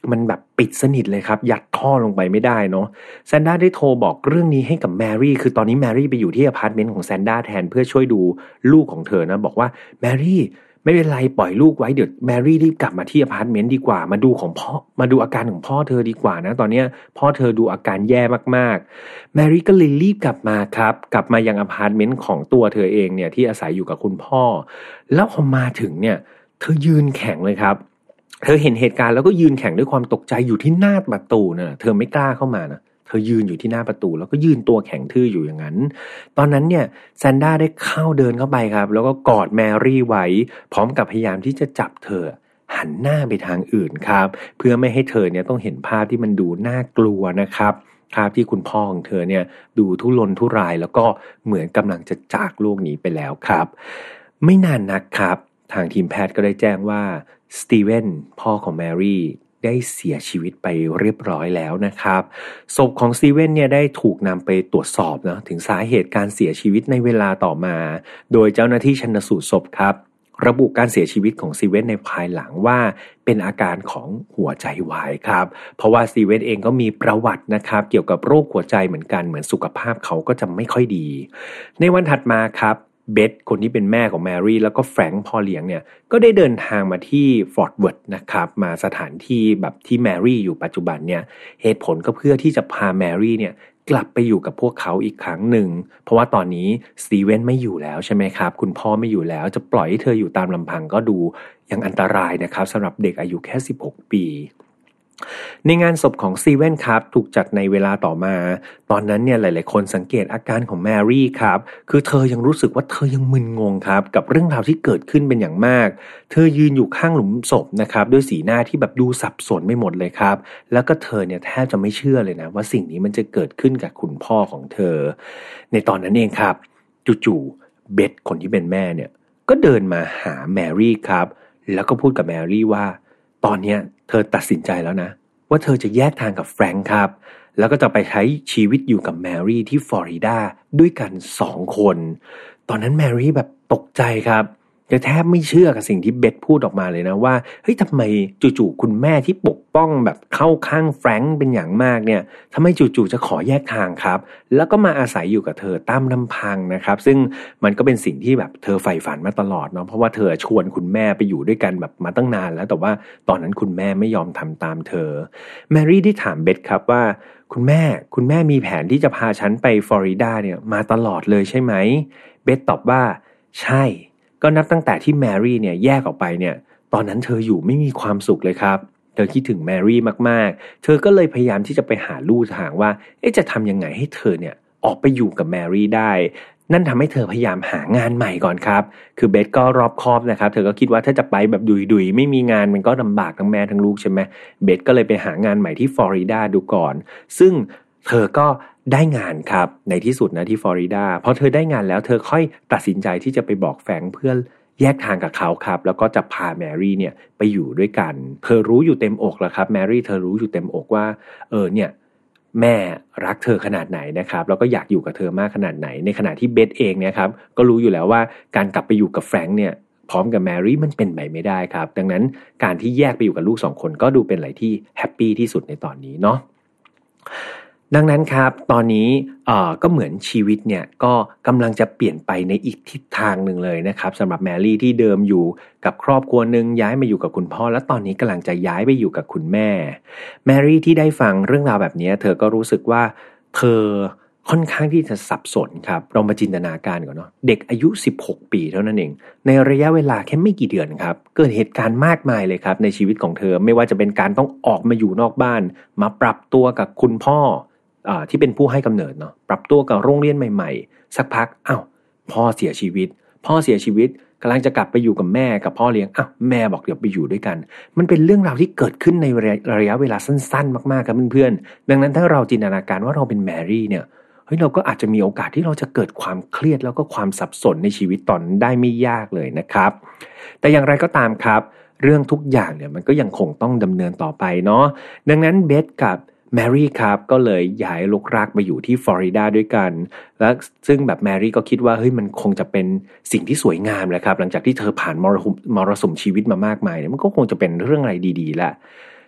มันแบบปิดสนิทเลยครับยัดท่อลงไปไม่ได้เนาะแซนด้าได้โทรบอกเรื่องนี้ให้กับแมรี่คือตอนนี้แมรี่ไปอยู่ที่อพาร์ตเมนต์ของแซนด้าแทนเพื่อช่วยดูลูกของเธอนะบอกว่าแมรี่ไม่เป็นไรปล่อยลูกไว้เดี๋ยวแมรี่รีบกลับมาที่อพาร์ตเมนต์ดีกว่ามาดูอาการของพ่อเธอดีกว่านะตอนนี้พ่อเธอดูอาการแย่มากๆแมรี่ก็เลยรีบกลับมาครับกลับมายังอพาร์ตเมนต์ของตัวเธอเองเนี่ยที่อาศัยอยู่กับคุณพ่อแล้วพอมาถึงเนี่ยเธอยืนแข็งเลยครับเธอเห็นเหตุการณ์แล้วก็ยืนแข็งด้วยความตกใจอยู่ที่หน้าประตูนะเธอไม่กล้าเข้ามานะเธอยืนอยู่ที่หน้าประตูแล้วก็ยืนตัวแข็งทื่ออยู่อย่างนั้นตอนนั้นเนี่ยแซนด้าได้เดินเข้าไปครับแล้วก็กอดแมรี่ไว้พร้อมกับพยายามที่จะจับเธอหันหน้าไปทางอื่นครับเพื่อไม่ให้เธอเนี่ยต้องเห็นภาพที่มันดูน่ากลัวนะครับภาพที่คุณพ่อของเธอเนี่ยดูทุรนทุรายแล้วก็เหมือนกำลังจะจากโลกนี้ไปแล้วครับไม่นานนักครับทางทีมแพทย์ก็ได้แจ้งว่าสตีเวนพ่อของแมรี่ได้เสียชีวิตไปเรียบร้อยแล้วนะครับศพของสตีเวนเนี่ยได้ถูกนำไปตรวจสอบนะถึงสาเหตุการเสียชีวิตในเวลาต่อมาโดยเจ้าหน้าที่ชันสูตรศพครับระบุการเสียชีวิตของสตีเวนในภายหลังว่าเป็นอาการของหัวใจวายครับเพราะว่าสตีเวนเองก็มีประวัตินะครับเกี่ยวกับโรคหัวใจเหมือนกันเหมือนสุขภาพเขาก็จะไม่ค่อยดีในวันถัดมาครับเบธคนที่เป็นแม่ของแมรี่แล้วก็แฟรงค์พ่อเลี้ยงเนี่ยก็ได้เดินทางมาที่ฟอร์ตเวิร์ธนะครับมาสถานที่แบบที่แมรี่อยู่ปัจจุบันเนี่ยเหตุผลก็เพื่อที่จะพาแมรี่เนี่ยกลับไปอยู่กับพวกเขาอีกครั้งหนึ่งเพราะว่าตอนนี้สตีเวนไม่อยู่แล้วใช่ไหมครับคุณพ่อไม่อยู่แล้วจะปล่อยให้เธออยู่ตามลำพังก็ดูยังอันตรายนะครับสำหรับเด็กอายุแค่16ปีในงานศพของสตีเวนครับถูกจัดในเวลาต่อมาตอนนั้นเนี่ยหลายๆคนสังเกตอาการของแมรี่ครับคือเธอยังรู้สึกว่าเธอยังมึนงงครับกับเรื่องราวที่เกิดขึ้นเป็นอย่างมากเธอยืนอยู่ข้างหลุมศพนะครับด้วยสีหน้าที่แบบดูสับสนไม่หมดเลยครับแล้วก็เธอเนี่ยแทบจะไม่เชื่อเลยนะว่าสิ่งนี้มันจะเกิดขึ้นกับคุณพ่อของเธอในตอนนั้นเองครับจู่ๆเบธคนที่เป็นแม่เนี่ยก็เดินมาหาแมรี่ครับแล้วก็พูดกับแมรี่ว่าตอนนี้เธอตัดสินใจแล้วนะว่าเธอจะแยกทางกับแฟรงค์ครับแล้วก็จะไปใช้ชีวิตอยู่กับแมรี่ที่ฟลอริดาด้วยกัน2 คนตอนนั้นแมรี่แบบตกใจครับจะแทบไม่เชื่อกับสิ่งที่เบธพูดออกมาเลยนะว่าเฮ้ยทำไมจู่ๆคุณแม่ที่ปกป้องแบบเข้าข้างแฟรงค์เป็นอย่างมากเนี่ยทำไมจู่ๆจะขอแยกทางครับแล้วก็มาอาศัยอยู่กับเธอตามลำพังนะครับซึ่งมันก็เป็นสิ่งที่แบบเธอใฝ่ฝันมาตลอดเนาะเพราะว่าเธอชวนคุณแม่ไปอยู่ด้วยกันแบบมาตั้งนานแล้วแต่ว่าตอนนั้นคุณแม่ไม่ยอมทำตามเธอแมรี่ได้ถามเบธครับว่าคุณแม่มีแผนที่จะพาฉันไปฟลอริดาเนี่ยมาตลอดเลยใช่ไหมเบธตอบว่าใช่ก็นับตั้งแต่ที่แมรี่เนี่ยแยกออกไปเนี่ยตอนนั้นเธออยู่ไม่มีความสุขเลยครับเธอคิดถึงแมรี่มากๆเธอก็เลยพยายามที่จะไปหาลู่ทางว่าจะทำยังไงให้เธอเนี่ยออกไปอยู่กับแมรี่ได้นั่นทำให้เธอพยายามหางานใหม่ก่อนครับคือเบธก็รอบคอบนะครับเธอก็คิดว่าถ้าจะไปแบบดุยๆไม่มีงานมันก็ลำบากทั้งแม่ทั้งลูกใช่ไหมเบธก็เลยไปหางานใหม่ที่ฟลอริดาดูก่อนซึ่งเธอก็ได้งานครับในที่สุดนะที่ฟลอริดาพอเธอได้งานแล้วเธอค่อยตัดสินใจที่จะไปบอกแฟรงค์เพื่อแยกทางกับเขาครับแล้วก็จะพาแมรี่เนี่ยไปอยู่ด้วยกันเธอรู้อยู่เต็มอกแล้วครับแมรี่เธอรู้อยู่เต็มอกว่าเนี่ยแม่รักเธอขนาดไหนนะครับแล้วก็อยากอยู่กับเธอมากขนาดไหนในขณะที่เบธเองเนี่ยครับก็รู้อยู่แล้วว่าการกลับไปอยู่กับแฟรงค์เนี่ยพร้อมกับแมรี่มันเป็นไปไม่ได้ครับดังนั้นการที่แยกไปอยู่กับลูก2 คนก็ดูเป็นอะไรที่แฮปปี้ที่สุดในตอนนี้เนาะดังนั้นครับตอนนี้ก็เหมือนชีวิตเนี่ยก็กำลังจะเปลี่ยนไปในอีกทิศทางหนึ่งเลยนะครับสำหรับแมรี่ที่เดิมอยู่กับครอบครัวนึงย้ายมาอยู่กับคุณพ่อและตอนนี้กำลังจะย้ายไปอยู่กับคุณแม่แมรี่ที่ได้ฟังเรื่องราวแบบนี้เธอก็รู้สึกว่าเธอค่อนข้างที่จะสับสนครับเรามาจินตนาการก่อนเนาะเด็กอายุ16 ปีเท่านั้นเองในระยะเวลาแค่ไม่กี่เดือนครับเกิดเหตุการณ์มากมายเลยครับในชีวิตของเธอไม่ว่าจะเป็นการต้องออกมาอยู่นอกบ้านมาปรับตัวกับคุณพ่อที่เป็นผู้ให้กำเนิดเนาะปรับตัวกับโรงเรียนใหม่ๆสักพักพ่อเสียชีวิตกำลังจะกลับไปอยู่กับแม่กับพ่อเลี้ยงแม่บอกเดี๋ยวไปอยู่ด้วยกันมันเป็นเรื่องราวที่เกิดขึ้นในระยะเวลาสั้นๆมากๆครับเพื่อนๆดังนั้นถ้าเราจินตนาการว่าเราเป็นแมรี่เนี่ยเราก็อาจจะมีโอกาสที่เราจะเกิดความเครียดแล้วก็ความสับสนในชีวิตตอนนั้นได้ไม่ยากเลยนะครับแต่อย่างไรก็ตามครับเรื่องทุกอย่างเนี่ยมันก็ยังคงต้องดำเนินต่อไปเนาะดังนั้นเบธกับแมรี่ครับก็เลยย้ายลกรากไปอยู่ที่ฟลอริดาด้วยกันและซึ่งแบบแมรี่ก็คิดว่ามันคงจะเป็นสิ่งที่สวยงามแหละครับหลังจากที่เธอผ่านมรสุมชีวิตมามากมายเนี่ยมันก็คงจะเป็นเรื่องอะไรดีๆแหละ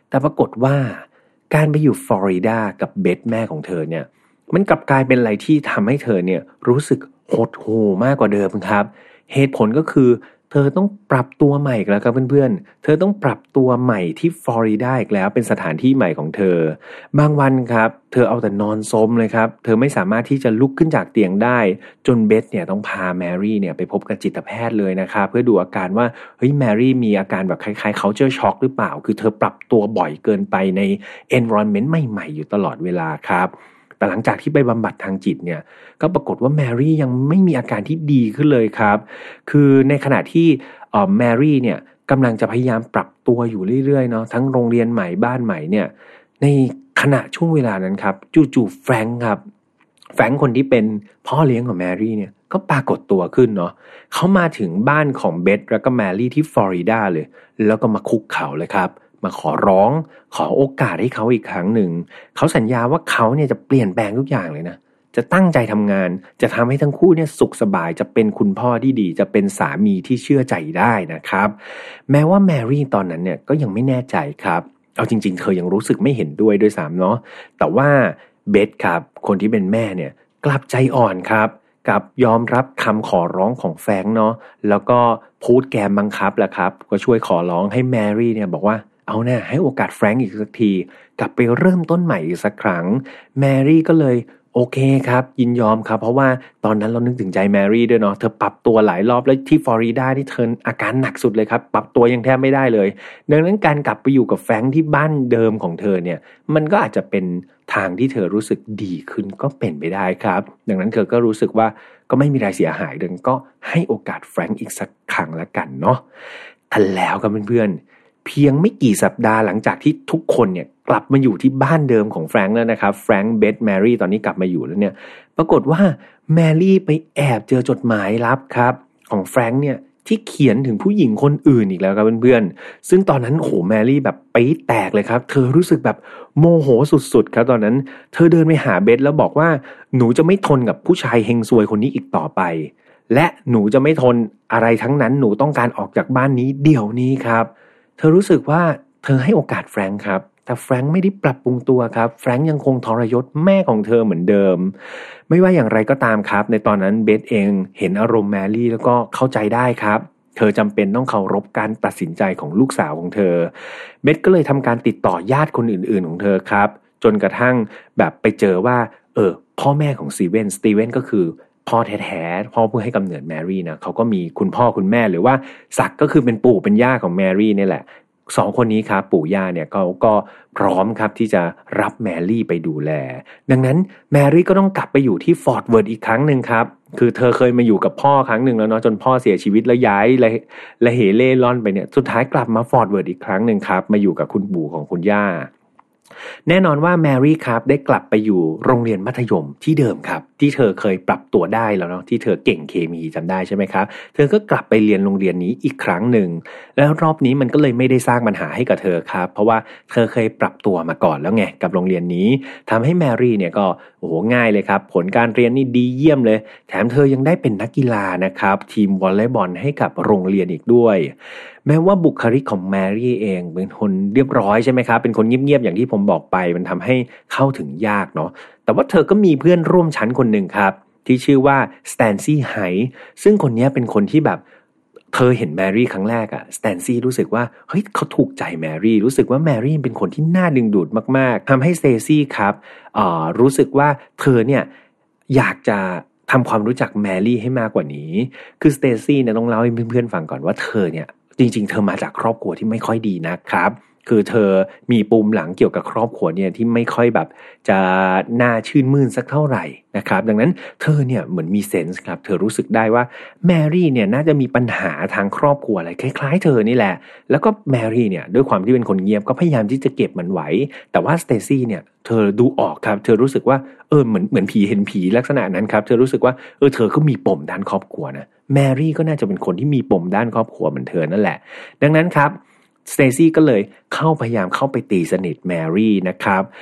แต่ปรากฏว่าการไปอยู่ฟลอริดากับเบธแม่ของเธอเนี่ยมันกลับกลายเป็นอะไรที่ทำให้เธอเนี่ยรู้สึกหดหู่มากกว่าเดิมครับเหตุผลก็คือเธอต้องปรับตัวใหม่อีกแล้วครับเพื่อนๆเธอต้องปรับตัวใหม่ที่ฟลอริดาอีกแล้วเป็นสถานที่ใหม่ของเธอบางวันครับเธอเอาแต่นอนซมเลยครับเธอไม่สามารถที่จะลุกขึ้นจากเตียงได้จนเบธเนี่ยต้องพาแมรี่เนี่ยไปพบกับจิตแพทย์เลยนะครับเพื่อดูอาการว่าเฮ้ยแมรี่มีอาการแบบคล้ายๆ culture shock หรือเปล่าคือเธอปรับตัวบ่อยเกินไปใน environment ใหม่ๆอยู่ตลอดเวลาครับแต่หลังจากที่ไปบำบัดทางจิตเนี่ยก็ปรากฏว่าแมรี่ยังไม่มีอาการที่ดีขึ้นเลยครับคือในขณะที่แมรี่เนี่ยกำลังจะพยายามปรับตัวอยู่เรื่อยๆเนาะทั้งโรงเรียนใหม่บ้านใหม่เนี่ยในขณะช่วงเวลานั้นครับจู่ๆแฟรงค์ครับแฟรงค์คนที่เป็นพ่อเลี้ยงของแมรี่เนี่ยก็ปรากฏตัวขึ้นเนาะเขามาถึงบ้านของเบธแล้วก็แมรี่ที่ฟลอริดาเลยแล้วก็มาคุกเข่าเลยครับมาขอร้องขอโอกาสให้เขาอีกครั้งหนึ่งเขาสัญญาว่าเขาเนี่ยจะเปลี่ยนแปลงทุกอย่างเลยนะจะตั้งใจทำงานจะทำให้ทั้งคู่เนี่ยสุขสบายจะเป็นคุณพ่อที่ดีจะเป็นสามีที่เชื่อใจได้นะครับแม้ว่าแมรี่ตอนนั้นเนี่ยก็ยังไม่แน่ใจครับเอาจริงๆเธอยังรู้สึกไม่เห็นด้วยซ้ำเนาะแต่ว่าเบธครับคนที่เป็นแม่เนี่ยกลับใจอ่อนครับกับยอมรับคำขอร้องของแฟรงค์เนาะแล้วก็พูดแกมบังคับแหละครับก็ช่วยขอร้องให้แมรี่เนี่ยบอกว่าเอาหน้าให้โอกาสแฟรงค์อีกสักทีกลับไปเริ่มต้นใหม่อีกสักครั้งแมรี่ก็เลยโอเคครับยินยอมครับเพราะว่าตอนนั้นเรานึกถึงใจแมรี่ด้วยเนาะเธอปรับตัวหลายรอบแล้วที่ฟลอริดาที่เธออาการหนักสุดเลยครับปรับตัวยังแทบไม่ได้เลยดังนั้นการกลับไปอยู่กับแฟรงค์ที่บ้านเดิมของเธอเนี่ยมันก็อาจจะเป็นทางที่เธอรู้สึกดีขึ้นก็เป็นไปได้ครับดังนั้นเธอก็รู้สึกว่าก็ไม่มีอะไรเสียหายดังก็ให้โอกาสแฟรงค์อีกสักครั้งละกันเนาะทันแล้วครับเพื่อนๆเพียงไม่กี่สัปดาห์หลังจากที่ทุกคนเนี่ยกลับมาอยู่ที่บ้านเดิมของแฟรงค์แล้วนะครับแฟรงค์เบธแมรี่ตอนนี้กลับมาอยู่แล้วเนี่ยปรากฏว่าแมรี่ไปแอบเจอจดหมายลับครับของแฟรงค์เนี่ยที่เขียนถึงผู้หญิงคนอื่นอีกแล้วครับเพื่อนๆซึ่งตอนนั้นโอ้โหแมรี่แบบปี๊ดแตกเลยครับเธอรู้สึกแบบโมโหสุดๆครับตอนนั้นเธอเดินไปหาเบธแล้วบอกว่าหนูจะไม่ทนกับผู้ชายเฮงซวยคนนี้อีกต่อไปและหนูจะไม่ทนอะไรทั้งนั้นหนูต้องการออกจากบ้านนี้เดี๋ยวนี้ครับเธอรู้สึกว่าเธอให้โอกาสแฟรงค์ครับแต่แฟรงค์ไม่ได้ปรับปรุงตัวครับแฟรงค์ยังคงทรยศแม่ของเธอเหมือนเดิมไม่ว่าอย่างไรก็ตามครับในตอนนั้นเบธเองเห็นอารมณ์แมรี่แล้วก็เข้าใจได้ครับเธอจำเป็นต้องเคารพการตัดสินใจของลูกสาวของเธอเบธก็เลยทำการติดต่อญาติคนอื่นๆของเธอครับจนกระทั่งแบบไปเจอว่าพ่อแม่ของสตีเวนก็คือพ่อแท้ๆพ่อผู้ให้กำเนิดแมรี่นะเขาก็มีคุณพ่อคุณแม่หรือว่าศักดิ์ก็คือเป็นปู่เป็นย่าของแมรี่นี่แหละสองคนนี้ครับปู่ย่าเนี่ยก็พร้อมครับที่จะรับแมรี่ไปดูแลดังนั้นแมรี่ก็ต้องกลับไปอยู่ที่ฟอร์ตเวิร์ธอีกครั้งหนึ่งครับคือเธอเคยมาอยู่กับพ่อครั้งหนึ่งแล้วเนาะจนพ่อเสียชีวิตแล้วย้ายละเหเล่ร่อนไปเนี่ยสุดท้ายกลับมาฟอร์ตเวิร์ธอีกครั้งหนึ่งครับมาอยู่กับคุณปู่ของคุณย่าแน่นอนว่าแมรี่ครับได้กลับไปอยู่โรงเรียนมัธยมที่เดิมครับที่เธอเคยปรับตัวได้แล้วเนาะที่เธอเก่งเคมีจำได้ใช่ไหมครับเธอก็กลับไปเรียนโรงเรียนนี้อีกครั้งหนึ่งแล้วรอบนี้มันก็เลยไม่ได้สร้างปัญหาให้กับเธอครับเพราะว่าเธอเคยปรับตัวมาก่อนแล้วไงกับโรงเรียนนี้ทำให้แมรี่เนี่ยก็โอ้โหง่ายเลยครับผลการเรียนนี่ดีเยี่ยมเลยแถมเธอยังได้เป็นนักกีฬานะครับทีมวอลเลย์บอลให้กับโรงเรียนอีกด้วยแม้ว่าบุคลิกของแมรี่เองเป็นคนเรียบร้อยใช่ไหมครับเป็นคนเงียบๆอย่างที่ผมบอกไปมันทำให้เข้าถึงยากเนาะแต่ว่าเธอก็มีเพื่อนร่วมชั้นคนหนึ่งครับที่ชื่อว่าสแตนซี่ไฮซึ่งคนนี้เป็นคนที่แบบเธอเห็นแมรี่ครั้งแรกอะสแตนซี่รู้สึกว่าเฮ้ยเขาถูกใจแมรี่รู้สึกว่าแมรี่เป็นคนที่น่าดึงดูดมากๆทำให้สเตซี่ครับรู้สึกว่าเธอเนี่ยอยากจะทำความรู้จักแมรี่ให้มากกว่านี้คือสเตซี่เนี่ยต้องเล่าให้เพื่อนๆฟังก่อนว่าเธอเนี่ยจริงๆเธอมาจากครอบครัวที่ไม่ค่อยดีนะครับคือเธอมีปูมหลังเกี่ยวกับครอบครัวเนี่ยที่ไม่ค่อยแบบจะน่าชื่นมื่นสักเท่าไหร่นะครับดังนั้นเธอเนี่ยเหมือนมีเซนส์ครับเธอรู้สึกได้ว่าแมรี่เนี่ยน่าจะมีปัญหาทางครอบครัวอะไรคล้ายๆเธอนี่แหละแล้วก็แมรี่เนี่ยด้วยความที่เป็นคนเงียบก็พยายามที่จะเก็บมันไว้แต่ว่าสเตซี่เนี่ยเธอดูออกครับเธอรู้สึกว่าเหมือนผีเห็นผีลักษณะนั้นครับเธอรู้สึกว่าเธอก็มีปมด้านครอบครัวนะแมรี่ก็น่าจะเป็นคนที่มีปมด้านครอบครัวเหมือนเธอนั่นแหละดังนั้นครับสเตซี่ก็เลยพยายามเข้าไปตีสนิทแมรี่นะครับ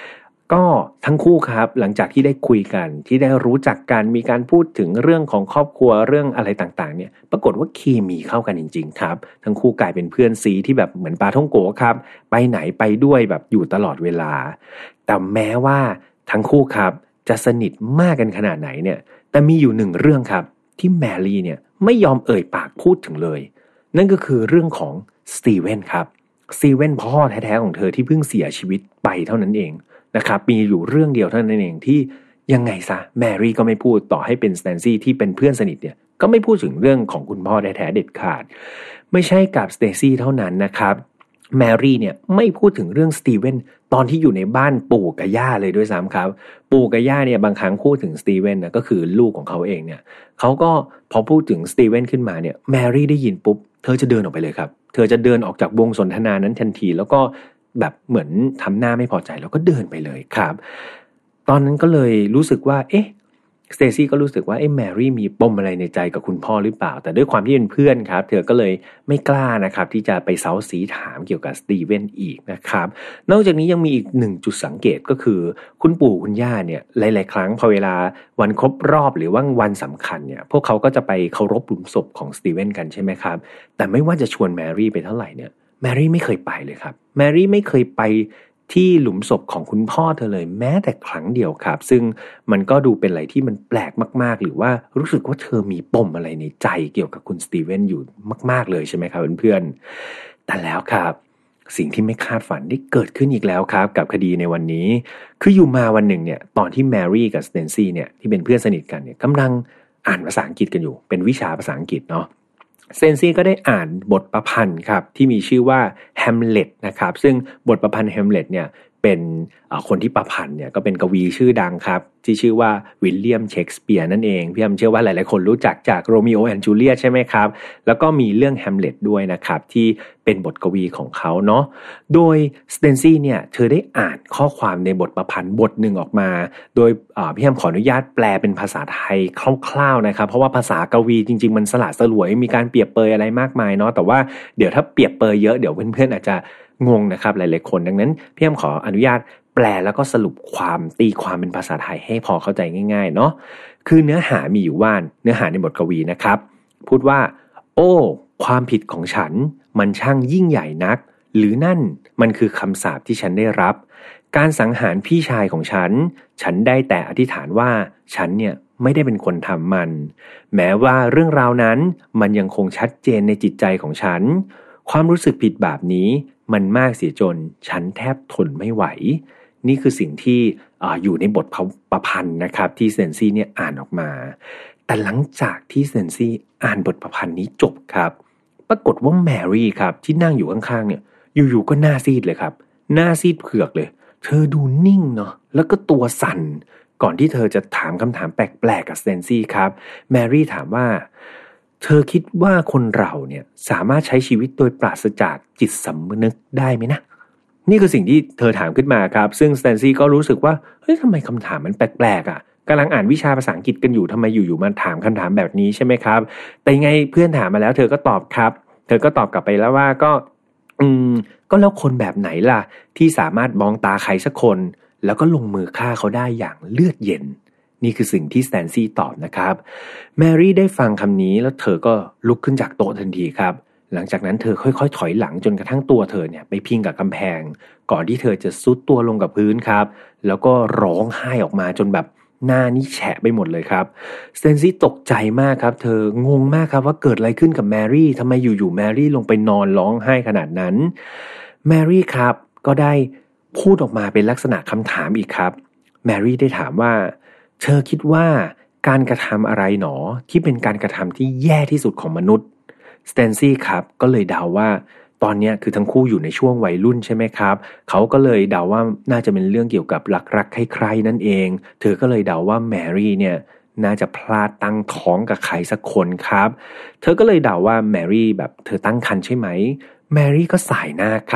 ก็ทั้งคู่ครับหลังจากที่ได้คุยกันที่ได้รู้จักกันมีการพูดถึงเรื่องของครอบครัวเรื่องอะไรต่างๆเนี่ยปรากฏว่าเคมีเข้ากันจริงๆครับทั้งคู่กลายเป็นเพื่อนซีที่แบบเหมือนปลาท่องโกครับไปไหนไปด้วยแบบอยู่ตลอดเวลาแต่แม้ว่าทั้งคู่ครับจะสนิทมากกันขนาดไหนเนี่ยแต่มีอยู่หนึ่งเรื่องครับที่แมรี่เนี่ยไม่ยอมเอ่ยปากพูดถึงเลยนั่นก็คือเรื่องของสตีเวนครับสตีเวนพ่อแท้ๆของเธอที่เพิ่งเสียชีวิตไปเท่านั้นเองนะครับมีอยู่เรื่องเดียวเท่านั้นเองที่ยังไงซะแมรี่ก็ไม่พูดต่อให้เป็นสแตนซี่ที่เป็นเพื่อนสนิทเนี่ยก็ไม่พูดถึงเรื่องของคุณพ่อแท้ๆเด็ดขาดไม่ใช่กับสเตซี่เท่านั้นนะครับแมรี่เนี่ยไม่พูดถึงเรื่องสตีเวนตอนที่อยู่ในบ้านปู่กับย่าเลยด้วยซ้ำครับปู่กับย่าเนี่ยบางครั้งพูดถึงสตีเวนนะก็คือลูกของเขาเองเนี่ยเขาก็พอพูดถึงสตีเวนขึ้นมาเนี่ยแมรี่ได้ยินปุ๊บเธอจะเดินออกไปเลยครับเธอจะเดินออกจากวงสนทนานั้นทันทีแล้วก็แบบเหมือนทำหน้าไม่พอใจแล้วก็เดินไปเลยครับตอนนั้นก็เลยรู้สึกว่าสเตซี่ก็รู้สึกว่าแมรี่มีปมอะไรในใจกับคุณพ่อหรือเปล่าแต่ด้วยความที่เป็นเพื่อนครับเธอก็เลยไม่กล้านะครับที่จะไปเซ้าสีถามเกี่ยวกับสตีเวนอีกนะครับนอกจากนี้ยังมีอีกหนึ่งจุดสังเกตก็คือคุณปู่คุณย่าเนี่ยหลายๆครั้งพอเวลาวันครบรอบหรือว่าวันสำคัญเนี่ยพวกเขาก็จะไปเคารพหลุมศพของสตีเวนกันใช่ไหมครับแต่ไม่ว่าจะชวนแมรี่ไปเท่าไหร่เนี่ยแมรี่ไม่เคยไปเลยครับแมรี่ไม่เคยไปที่หลุมศพของคุณพ่อเธอเลยแม้แต่ครั้งเดียวครับซึ่งมันก็ดูเป็นอะไรที่มันแปลกมากๆหรือว่ารู้สึกว่าเธอมีปมอะไรในใจเกี่ยวกับคุณสตีเวนอยู่มากๆเลยใช่ไหมครับเพื่อนๆแต่แล้วครับสิ่งที่ไม่คาดฝันได้เกิดขึ้นอีกแล้วครับกับคดีในวันนี้คืออยู่มาวันหนึ่งเนี่ยตอนที่แมรี่กับสเตนซี่เนี่ยที่เป็นเพื่อนสนิทกันเนี่ยกำลังอ่านภาษาอังกฤษกันอยู่เป็นวิชาภาษาอังกฤษเนาะเซนซี่ก็ได้อ่านบทประพันธ์ครับที่มีชื่อว่าแฮมเล็ตนะครับซึ่งบทประพันธ์แฮมเล็ตเนี่ยเป็นคนที่ประพันธ์เนี่ยก็เป็นกวีชื่อดังครับที่ชื่อว่าวิลเลียมเชกสเปียร์นั่นเองพี่เชื่อว่าหลายๆคนรู้จักจากโรมิโอแอนด์จูเลียตใช่ไหมครับแล้วก็มีเรื่องแฮมเล็ตด้วยนะครับที่เป็นบทกวีของเขาเนาะโดยสเตนซี่เนี่ยเธอได้อ่านข้อความในบทประพันธ์บทหนึ่งออกมาโดยพี่ขออนุญาตแปลเป็นภาษาไทยคร่าวๆนะครับเพราะว่าภาษากวีจริงๆมันสละสลวยมีการเปรียบเปยอะไรมากมายเนาะแต่ว่าเดี๋ยวถ้าเปรียบเปยเยอะเดี๋ยวเพื่อนๆอาจจะงงนะครับหลายๆคนดังนั้นพี่ขออนุญาตแปลแล้วก็สรุปความตีความเป็นภาษาไทยให้พอเข้าใจง่ายๆเนาะคือเนื้อหามีอยู่ว่าเนื้อหาในบทกวีนะครับพูดว่าโอ้ความผิดของฉันมันช่างยิ่งใหญ่นักหรือนั่นมันคือคำสาปที่ฉันได้รับการสังหารพี่ชายของฉันได้แต่อธิษฐานว่าฉันเนี่ยไม่ได้เป็นคนทำมันแม้ว่าเรื่องราวนั้นมันยังคงชัดเจนในจิตใจของฉันความรู้สึกผิดแบบนี้มันมากเสียจนฉันแทบทนไม่ไหวนี่คือสิ่งที่อยู่ในบทประพันธ์นะครับที่เซนซี่เนี่ยอ่านออกมาแต่หลังจากที่เซนซี่อ่านบทประพันธ์นี้จบครับปรากฏว่าแมรี่ครับที่นั่งอยู่ข้างๆเนี่ยอยู่ๆก็หน้าซีดเลยครับหน้าซีดเผือกเลยเธอดูนิ่งเนาะแล้วก็ตัวสั่นก่อนที่เธอจะถามคำถามแปลกๆกับเซนซี่ครับแมรี่ถามว่าเธอคิดว่าคนเราเนี่ยสามารถใช้ชีวิตโดยปราศจากจิตสำนึกได้ไหมนะนี่คือสิ่งที่เธอถามขึ้นมาครับซึ่งสแตนซี่ก็รู้สึกว่าเฮ้ยทำไมคำถามมันแปลกๆอ่ะกำลังอ่านวิชาภาษาอังกฤษกันอยู่ทำไมอยู่ๆมาถามคำถามแบบนี้ใช่ไหมครับแต่ยังไงเพื่อนถามมาแล้วเธอก็ตอบครับเธอก็ตอบกลับไปแล้วว่าก็แล้วคนแบบไหนล่ะที่สามารถมองตาใครสักคนแล้วก็ลงมือฆ่าเขาได้อย่างเลือดเย็นนี่คือสิ่งที่สแตนซี่ตอบนะครับแมรี่ได้ฟังคำนี้แล้วเธอก็ลุกขึ้นจากโต๊ะทันทีครับหลังจากนั้นเธอค่อยๆถอยหลังจนกระทั่งตัวเธอเนี่ยไปพิงกับกำแพงก่อนที่เธอจะซุดตัวลงกับพื้นครับแล้วก็ร้องไห้ออกมาจนแบบหน้านี่แฉะไปหมดเลยครับสแตนซี่ตกใจมากครับเธองงมากครับว่าเกิดอะไรขึ้นกับแมรี่ทำไมอยู่ๆแมรี่ลงไปนอนร้องไห้ขนาดนั้นแมรี่ครับก็ได้พูดออกมาเป็นลักษณะคำถามอีกครับแมรี่ได้ถามว่าเธอคิดว่าการกระทำอะไรหนอที่เป็นการกระทำที่แย่ที่สุดของมนุษย์สแตนซี่ครับก็เลยเดาว่าตอนนี้คือทั้งคู่อยู่ในช่วงวัยรุ่นใช่ไหมครับเขาก็เลยเดาว่าน่าจะเป็นเรื่องเกี่ยวกับรักใคร่ๆนั่นเองเธอก็เลยเดาว่าแมรี่เนี่ยน่าจะพลาดตั้งท้องกับใครสักคนครับเธอก็เลยเดาว่าแมรี่แบบเธอตั้งครรภ์ใช่ไหมแมรี่ก็สายหน้าครับ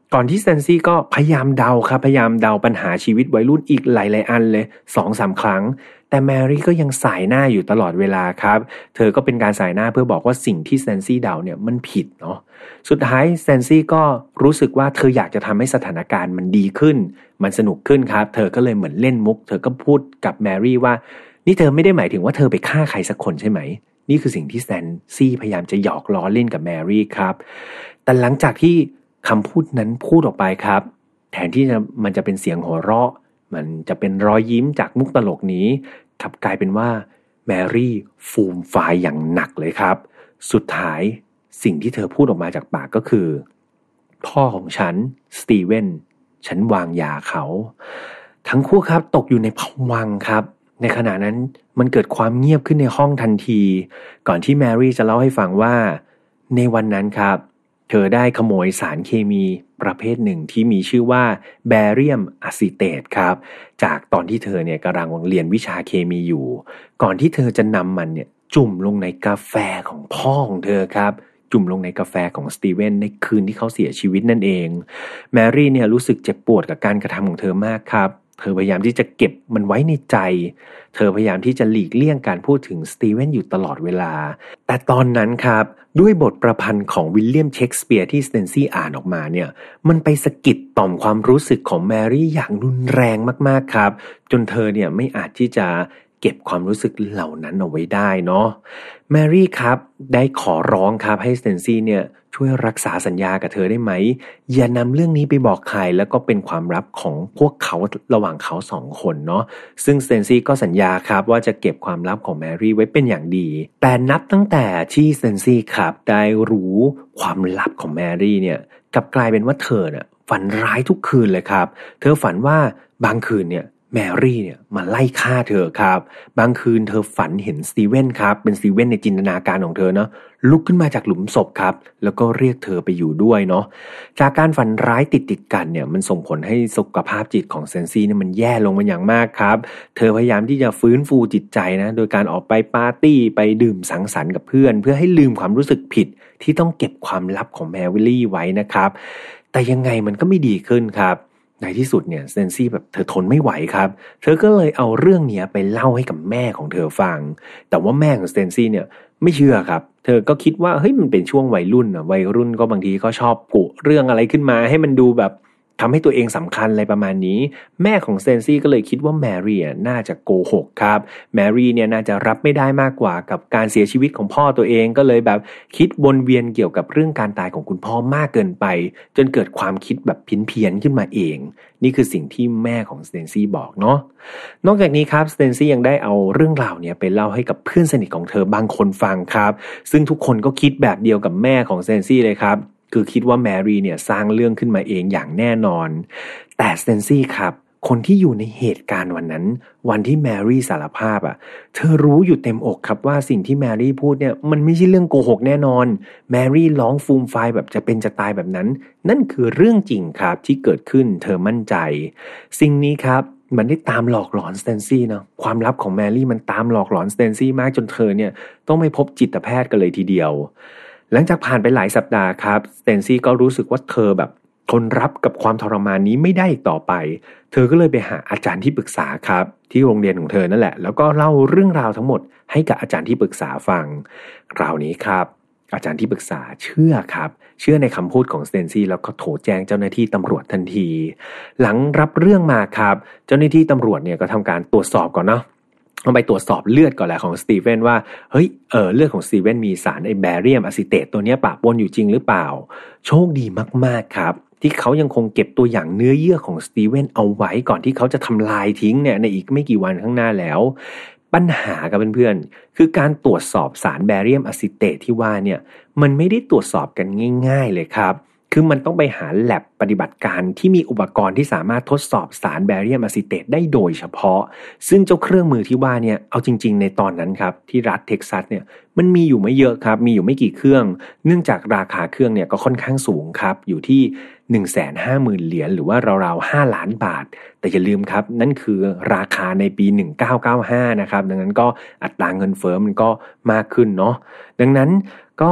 ก่อนที่แซนซี่ก็พยายามเดาครับพยายามเดาปัญหาชีวิตวัยรุ่นอีกหลายๆอันเลย 2-3 ครั้งแต่แมรี่ก็ยังสายหน้าอยู่ตลอดเวลาครับเธอก็เป็นการสายหน้าเพื่อบอกว่าสิ่งที่แซนซี่เดาเนี่ยมันผิดเนาะสุดท้ายแซนซี่ก็รู้สึกว่าเธออยากจะทำให้สถานการณ์มันดีขึ้นมันสนุกขึ้นครับเธอก็เลยเหมือนเล่นมุกเธอก็พูดกับแมรี่ว่านี่เธอไม่ได้หมายถึงว่าเธอไปฆ่าใครสักคนใช่ไหมนี่คือสิ่งที่แซนซี่พยายามจะหยอกล้อเล่นกับแมรี่ครับแต่หลังจากที่คำพูดนั้นพูดออกไปครับแทนที่มันจะเป็นเสียงหัวเราะมันจะเป็นรอยยิ้มจากมุกตลกนี้กลับกลายเป็นว่าแมรี่ฟูมฟายอย่างหนักเลยครับสุดท้ายสิ่งที่เธอพูดออกมาจากปากก็คือพ่อของฉันสตีเวนฉันวางยาเขาทั้งคู่ครับตกอยู่ในภวังค์ครับในขณะนั้นมันเกิดความเงียบขึ้นในห้องทันทีก่อนที่แมรี่จะเล่าให้ฟังว่าในวันนั้นครับเธอได้ขโมยสารเคมีประเภทหนึ่งที่มีชื่อว่าแบเรียมอะซิเตตครับจากตอนที่เธอเนี่ยกำลังเรียนวิชาเคมีอยู่ก่อนที่เธอจะนำมันเนี่ยจุ่มลงในกาแฟของพ่อของเธอครับจุ่มลงในกาแฟของสตีเวนในคืนที่เขาเสียชีวิตนั่นเองแมรี่เนี่ยรู้สึกเจ็บปวดกับการกระทำของเธอมากครับเธอพยายามที่จะเก็บมันไว้ในใจเธอพยายามที่จะหลีกเลี่ยงการพูดถึงสตีเวนอยู่ตลอดเวลาแต่ตอนนั้นครับด้วยบทประพันธ์ของวิลเลียมเชกสเปียร์ที่สเตนซี่อ่านออกมาเนี่ยมันไปสะกิดต่อมความรู้สึกของแมรี่อย่างรุนแรงมากๆครับจนเธอเนี่ยไม่อาจที่จะเก็บความรู้สึกเหล่านั้นเอาไว้ได้เนาะแมรี่ครับได้ขอร้องครับให้สเตนซี่เนี่ยช่วยรักษาสัญญากับเธอได้ไหมอย่านำเรื่องนี้ไปบอกใครแล้วก็เป็นความลับของพวกเขาระหว่างเขาสองคนเนาะซึ่งสเตนซี่ก็สัญญาครับว่าจะเก็บความลับของแมรี่ไว้เป็นอย่างดีแต่นับตั้งแต่ที่สเตนซี่ครับได้รู้ความลับของแมรี่เนี่ยกลับกลายเป็นว่าเธอเนี่ยฝันร้ายทุกคืนเลยครับเธอฝันว่าบางคืนเนี่ยแมรี่เนี่ยมาไล่ฆ่าเธอครับบางคืนเธอฝันเห็นสตีเวนครับเป็นสตีเวนในจินตนาการของเธอเนาะลุกขึ้นมาจากหลุมศพครับแล้วก็เรียกเธอไปอยู่ด้วยเนาะจากการฝันร้ายติดกันเนี่ยมันส่งผลให้สุขภาพจิตของเซนซี่เนี่ยมันแย่ลงมาอย่างมากครับเธอพยายามที่จะฟื้นฟูจิตใจนะโดยการออกไปปาร์ตี้ไปดื่มสังสรรค์กับเพื่อนเพื่อให้ลืมความรู้สึกผิดที่ต้องเก็บความลับของแมรี่ไว้นะครับแต่ยังไงมันก็ไม่ดีขึ้นครับในที่สุดเนี่ยเซนซี่แบบเธอทนไม่ไหวครับเธอก็เลยเอาเรื่องนี้ไปเล่าให้กับแม่ของเธอฟังแต่ว่าแม่ของเซนซี่เนี่ยไม่เชื่อครับเธอก็คิดว่าเฮ้ยมันเป็นช่วงวัยรุ่นอ่ะวัยรุ่นก็บางทีก็ชอบกุเรื่องอะไรขึ้นมาให้มันดูแบบทำให้ตัวเองสำคัญอะไรประมาณนี้แม่ของเซนซี่ก็เลยคิดว่าแมรี่น่าจะโกหกครับแมรี่เนี่ยน่าจะรับไม่ได้มากกว่ากับการเสียชีวิตของพ่อตัวเองก็เลยแบบคิดวนเวียนเกี่ยวกับเรื่องการตายของคุณพ่อมากเกินไปจนเกิดความคิดแบบเพี้ยนๆขึ้นมาเองนี่คือสิ่งที่แม่ของสเตนซี่บอกเนาะนอกจากนี้ครับสเตนซี่ยังได้เอาเรื่องราวเนี่ยไปเล่าให้กับเพื่อนสนิทของเธอบางคนฟังครับซึ่งทุกคนก็คิดแบบเดียวกับแม่ของสเตนซี่เลยครับคือคิดว่าแมรี่เนี่ยสร้างเรื่องขึ้นมาเองอย่างแน่นอนแต่สเตนซี่ครับคนที่อยู่ในเหตุการณ์วันนั้นวันที่แมรี่สารภาพเธอรู้อยู่เต็มอกครับว่าสิ่งที่แมรี่พูดเนี่ยมันไม่ใช่เรื่องโกหกแน่นอนแมรี่ร้องฟูมฟายแบบจะเป็นจะตายแบบนั้นนั่นคือเรื่องจริงครับที่เกิดขึ้นเธอมั่นใจสิ่งนี้ครับมันได้ตามหลอกหลอนสเตนซี่เนาะความลับของแมรี่มันตามหลอกหลอนสเตนซี่มากจนเธอเนี่ยต้องไปพบจิตแพทย์กันเลยทีเดียวหลังจากผ่านไปหลายสัปดาห์ครับสเตนซี่ก็รู้สึกว่าเธอแบบทนรับกับความทรมานนี้ไม่ได้อีกต่อไปเธอก็เลยไปหาอาจารย์ที่ปรึกษาครับที่โรงเรียนของเธอนั่นแหละแล้วก็เล่าเรื่องราวทั้งหมดให้กับอาจารย์ที่ปรึกษาฟังคราวนี้ครับอาจารย์ที่ปรึกษาเชื่อในคำพูดของสเตนซี่แล้วก็โทรแจ้งเจ้าหน้าที่ตำรวจทันทีหลังรับเรื่องมาครับเจ้าหน้าที่ตำรวจเนี่ยก็ทำการตรวจสอบก่อนเนาะเอาไปตรวจสอบเลือดก่อนแหละของสตีเฟนว่าเฮ้ยเลือดของสตีเฟนมีสารไอ้แบเรียมอะซิเตตตัวนี้ปะปนอยู่จริงหรือเปล่าโชคดีมากๆครับที่เขายังคงเก็บตัวอย่างเนื้อเยื่อของสตีเฟนเอาไว้ก่อนที่เขาจะทำลายทิ้งเนี่ยในอีกไม่กี่วันข้างหน้าแล้วปัญหากับเพื่อนๆคือการตรวจสอบสารแบเรียมอะซิเตตที่ว่าเนี่ยมันไม่ได้ตรวจสอบกันง่ายๆเลยครับคือมันต้องไปหาแลบปฏิบัติการที่มีอุปกรณ์ที่สามารถทดสอบสารแบเรียมอะซิเตตได้โดยเฉพาะซึ่งเจ้าเครื่องมือที่ว่าเนี่ยเอาจริงๆในตอนนั้นครับที่รัฐเท็กซัสเนี่ยมันมีอยู่ไม่เยอะครับมีอยู่ไม่กี่เครื่องเนื่องจากราคาเครื่องเนี่ยก็ค่อนข้างสูงครับอยู่ที่ 150,000 เหรียญหรือว่าราวๆ5ล้านบาทแต่อย่าลืมครับนั่นคือราคาในปี1995นะครับดังนั้นก็อัตราเงินเฟ้อมันก็มากขึ้นเนาะดังนั้นก็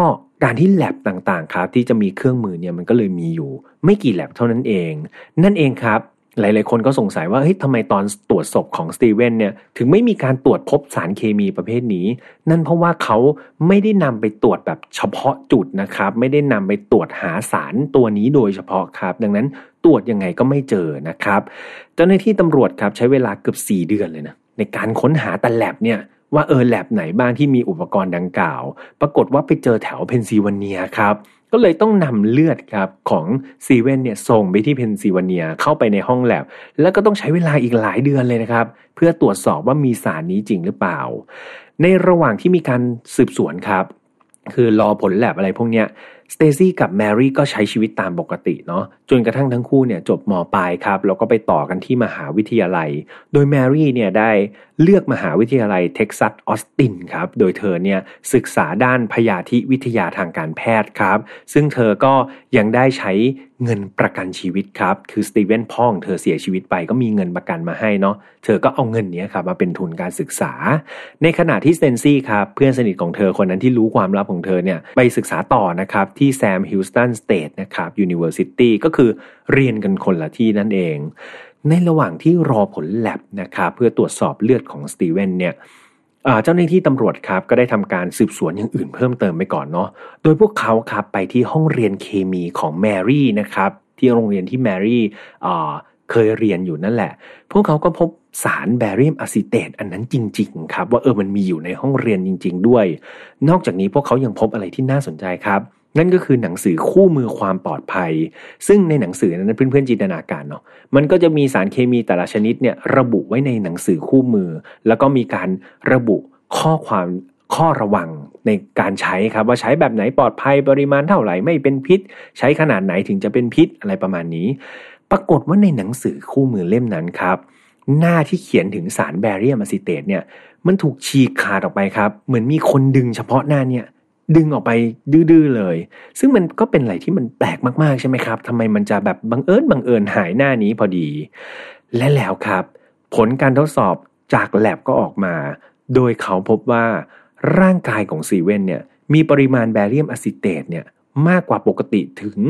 การที่แลบต่างๆครับที่จะมีเครื่องมือเนี่ยมันก็เลยมีอยู่ไม่กี่แลบเท่านั้นเองครับหลายๆคนก็สงสัยว่าเฮ้ยทำไมตอนตรวจศพของสตีเวนเนี่ยถึงไม่มีการตรวจพบสารเคมีประเภทนี้นั่นเพราะว่าเขาไม่ได้นำไปตรวจแบบเฉพาะจุดนะครับไม่ได้นำไปตรวจหาสารตัวนี้โดยเฉพาะครับดังนั้นตรวจยังไงก็ไม่เจอนะครับเจ้าหน้าที่ตำรวจครับใช้เวลาเกือบ4 เดือนเลยนะในการค้นหาแต่แลบเนี่ยว่าแลบไหนบ้างที่มีอุปกรณ์ดังกล่าวปรากฏว่าไปเจอแถวเพนซิลเวเนียครับก็เลยต้องนำเลือดครับของซีเว่นเนี่ยส่งไปที่เพนซิลเวเนียเข้าไปในห้องแลบแล้วก็ต้องใช้เวลาอีกหลายเดือนเลยนะครับเพื่อตรวจสอบว่ามีสารนี้จริงหรือเปล่าในระหว่างที่มีการสืบสวนครับคือรอผลแลบอะไรพวกเนี้ยสเตซี่กับแมรี่ก็ใช้ชีวิตตามปกติเนาะจนกระทั่งทั้งคู่เนี่ยจบม.ปลายครับแล้วก็ไปต่อกันที่มหาวิทยาลัยโดยแมรี่เนี่ยได้เลือกมหาวิทยาลัยเท็กซัสออสตินครับโดยเธอเนี่ยศึกษาด้านพยาธิวิทยาทางการแพทย์ครับซึ่งเธอก็ยังได้ใช้เงินประกันชีวิตครับคือสตีเวนพ่อของเธอเสียชีวิตไปก็มีเงินประกันมาให้เนาะเธอก็เอาเงินนี้ครับมาเป็นทุนการศึกษาในขณะที่สเตนซี่ครับเพื่อนสนิทของเธอคนนั้นที่รู้ความลับของเธอเนี่ยไปศึกษาต่อนะครับที่แซมฮิลสตันสเตทนะครับ University ก็คือเรียนกันคนละที่นั่นเองในระหว่างที่รอผลแลบนะครับเพื่อตรวจสอบเลือดของสตีเวนเนี่ยเจ้าหน้าที่ตำรวจครับก็ได้ทำการสืบสวนอย่างอื่นเพิ่มเติมไปก่อนเนาะโดยพวกเขาครับไปที่ห้องเรียนเคมีของแมรี่นะครับที่โรงเรียนที่แมรี่เคยเรียนอยู่นั่นแหละพวกเขาก็พบสารแบเรียมอะซิเตตอันนั้นจริงๆครับว่ามันมีอยู่ในห้องเรียนจริงๆด้วยนอกจากนี้พวกเขายังพบอะไรที่น่าสนใจครับนั่นก็คือหนังสือคู่มือความปลอดภัยซึ่งในหนังสือนั้นเพื่อนๆจินตนาการเนาะมันก็จะมีสารเคมีแต่ละชนิดเนี่ยระบุไว้ในหนังสือคู่มือแล้วก็มีการระบุข้อระวังในการใช้ครับว่าใช้แบบไหนปลอดภัยปริมาณเท่าไหร่ไม่เป็นพิษใช้ขนาดไหนถึงจะเป็นพิษอะไรประมาณนี้ปรากฏว่าในหนังสือคู่มือเล่มนั้นครับหน้าที่เขียนถึงสารแบเรียมอะซิเตตเนี่ยมันถูกฉีกขาดออกไปครับเหมือนมีคนดึงเฉพาะหน้าเนี่ยดึงออกไปดื้อๆเลยซึ่งมันก็เป็นอะไรที่มันแปลกมากๆใช่ไหมครับทำไมมันจะแบบบังเอิญหายหน้านี้พอดีและแล้วครับผลการทดสอบจากแลบก็ออกมาโดยเขาพบว่าร่างกายของซีเว่นเนี่ยมีปริมาณแบเรียมอะซิเตตเนี่ยมากกว่าปกติถึง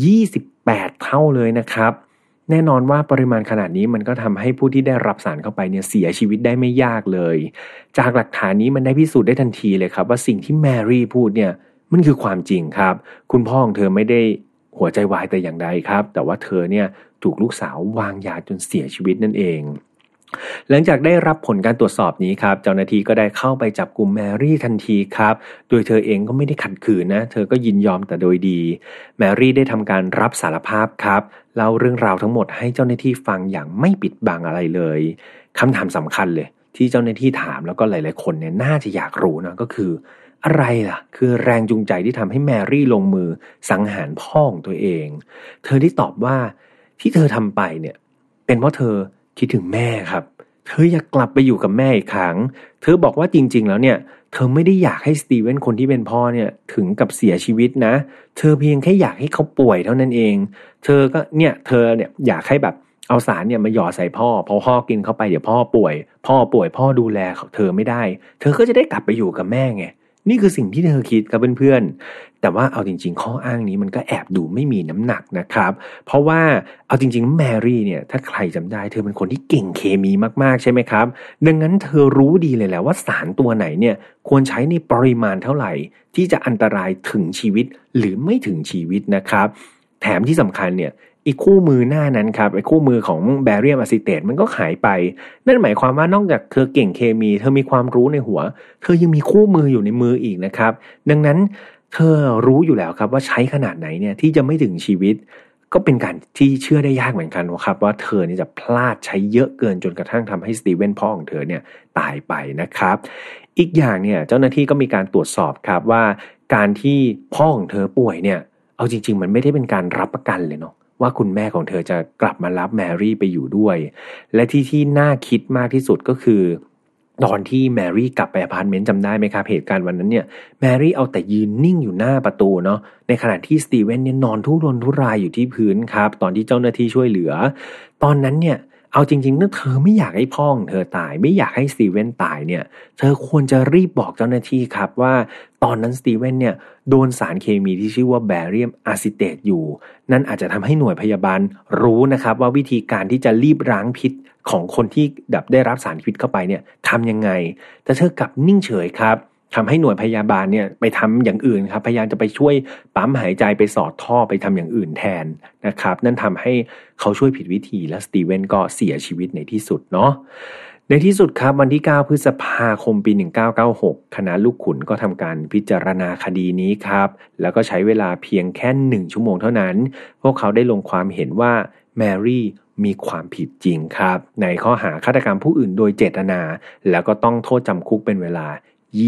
28 เท่าเลยนะครับแน่นอนว่าปริมาณขนาดนี้มันก็ทำให้ผู้ที่ได้รับสารเข้าไปเนี่ยเสียชีวิตได้ไม่ยากเลยจากหลักฐานนี้มันได้พิสูจน์ได้ทันทีเลยครับว่าสิ่งที่แมรี่พูดเนี่ยมันคือความจริงครับคุณพ่อของเธอไม่ได้หัวใจวายแต่อย่างใดครับแต่ว่าเธอเนี่ยถูกลูกสาววางยาจนเสียชีวิตนั่นเองหลังจากได้รับผลการตรวจสอบนี้ครับเจ้าหน้าที่ก็ได้เข้าไปจับกุมแมรี่ทันทีครับโดยเธอเองก็ไม่ได้ขัดขืนนะเธอก็ยินยอมแต่โดยดีแมรี่ได้ทำการรับสารภาพครับเล่าเรื่องราวทั้งหมดให้เจ้าหน้าที่ฟังอย่างไม่ปิดบังอะไรเลยคำถามสำคัญเลยที่เจ้าหน้าที่ถามแล้วก็หลายๆคนเนี่ยน่าจะอยากรู้นะก็คืออะไรล่ะคือแรงจูงใจที่ทำให้แมรี่ลงมือสังหารพ่อของตัวเองเธอได้ตอบว่าที่เธอทำไปเนี่ยเป็นเพราะเธอคิดถึงแม่ครับเธออยากกลับไปอยู่กับแม่อีกครั้งเธอบอกว่าจริงๆแล้วเนี่ยเธอไม่ได้อยากให้สตีเวนคนที่เป็นพ่อเนี่ยถึงกับเสียชีวิตนะเธอเพียงแค่อยากให้เขาป่วยเท่านั้นเองเธออยากให้แบบเอาสารเนี่ยมาหยอดใส่พ่อพอพ่อกินเข้าไปเดี๋ยวพ่อป่วยพ่อดูแลเธอไม่ได้เธอก็จะได้กลับไปอยู่กับแม่ไงนี่คือสิ่งที่เธอคิดกับเพื่อนๆแต่ว่าเอาจริงๆข้ออ้างนี้มันก็แอบดูไม่มีน้ำหนักนะครับเพราะว่าเอาจริงๆแมรี่เนี่ยถ้าใครจำได้เธอเป็นคนที่เก่งเคมีมากๆใช่ไหมครับดังนั้นเธอรู้ดีเลยแหละว่าสารตัวไหนเนี่ยควรใช้ในปริมาณเท่าไหร่ที่จะอันตรายถึงชีวิตหรือไม่ถึงชีวิตนะครับแถมที่สำคัญเนี่ยอีกคู่มือหน้านั้นครับไอ้คู่มือของแบเรียมอะซิเตตมันก็หายไปนั่นหมายความว่านอกจากเธอเก่งเคมีเธอมีความรู้ในหัวเธอยังมีคู่มืออยู่ในมืออีกนะครับดังนั้นเธอรู้อยู่แล้วครับว่าใช้ขนาดไหนเนี่ยที่จะไม่ถึงชีวิตก็เป็นการที่เชื่อได้ยากเหมือนกันครับว่าเธอเนี่ยจะพลาดใช้เยอะเกินจนกระทั่งทำให้สตีเวนพ่อของเธอเนี่ยตายไปนะครับอีกอย่างเนี่ยเจ้าหน้าที่ก็มีการตรวจสอบครับว่าการที่พ่อของเธอป่วยเนี่ยเอาจริงๆมันไม่ได้เป็นการรับประกันเลยเนาะว่าคุณแม่ของเธอจะกลับมารับแมรี่ไปอยู่ด้วยและที่น่าคิดมากที่สุดก็คือตอนที่แมรี่กลับไปอพาร์ตเมนต์จำได้ไหมครับเหตุการณ์วันนั้นเนี่ยแมรี่เอาแต่ยืนนิ่งอยู่หน้าประตูเนาะในขณะที่สตีเวนเนี่ยนอนทุรนทุรายอยู่ที่พื้นครับตอนที่เจ้าหน้าที่ช่วยเหลือตอนนั้นเนี่ยเอาจริงๆนะเธอไม่อยากให้พ่อของเธอตายไม่อยากให้สตีเวนตายเนี่ยเธอควรจะรีบบอกเจ้าหน้าที่ครับว่าตอนนั้นสตีเวนเนี่ยโดนสารเคมีที่ชื่อว่าแบริยมอะซิเตตอยู่นั่นอาจจะทำให้หน่วยพยาบาลรู้นะครับว่าวิธีการที่จะรีบล้างพิษของคนที่ได้รับสารพิษเข้าไปเนี่ยทำยังไงแต่เธอกลับนิ่งเฉยครับทำให้หน่วยพยาบาลเนี่ยไปทำอย่างอื่นครับพยายามจะไปช่วยปั๊มหายใจไปสอดท่อไปทำอย่างอื่นแทนนะครับนั่นทำให้เขาช่วยผิดวิธีและสตีเวนก็เสียชีวิตในที่สุดเนาะในที่สุดครับวันที่9พฤษภาคมปี1996คณะลูกขุนก็ทำการพิจารณาคดีนี้ครับแล้วก็ใช้เวลาเพียงแค่1ชั่วโมงเท่านั้นพวกเขาได้ลงความเห็นว่าแมรี่มีความผิดจริงครับในข้อหาฆาตกรรมผู้อื่นโดยเจตนาแล้วก็ต้องโทษจำคุกเป็นเวลา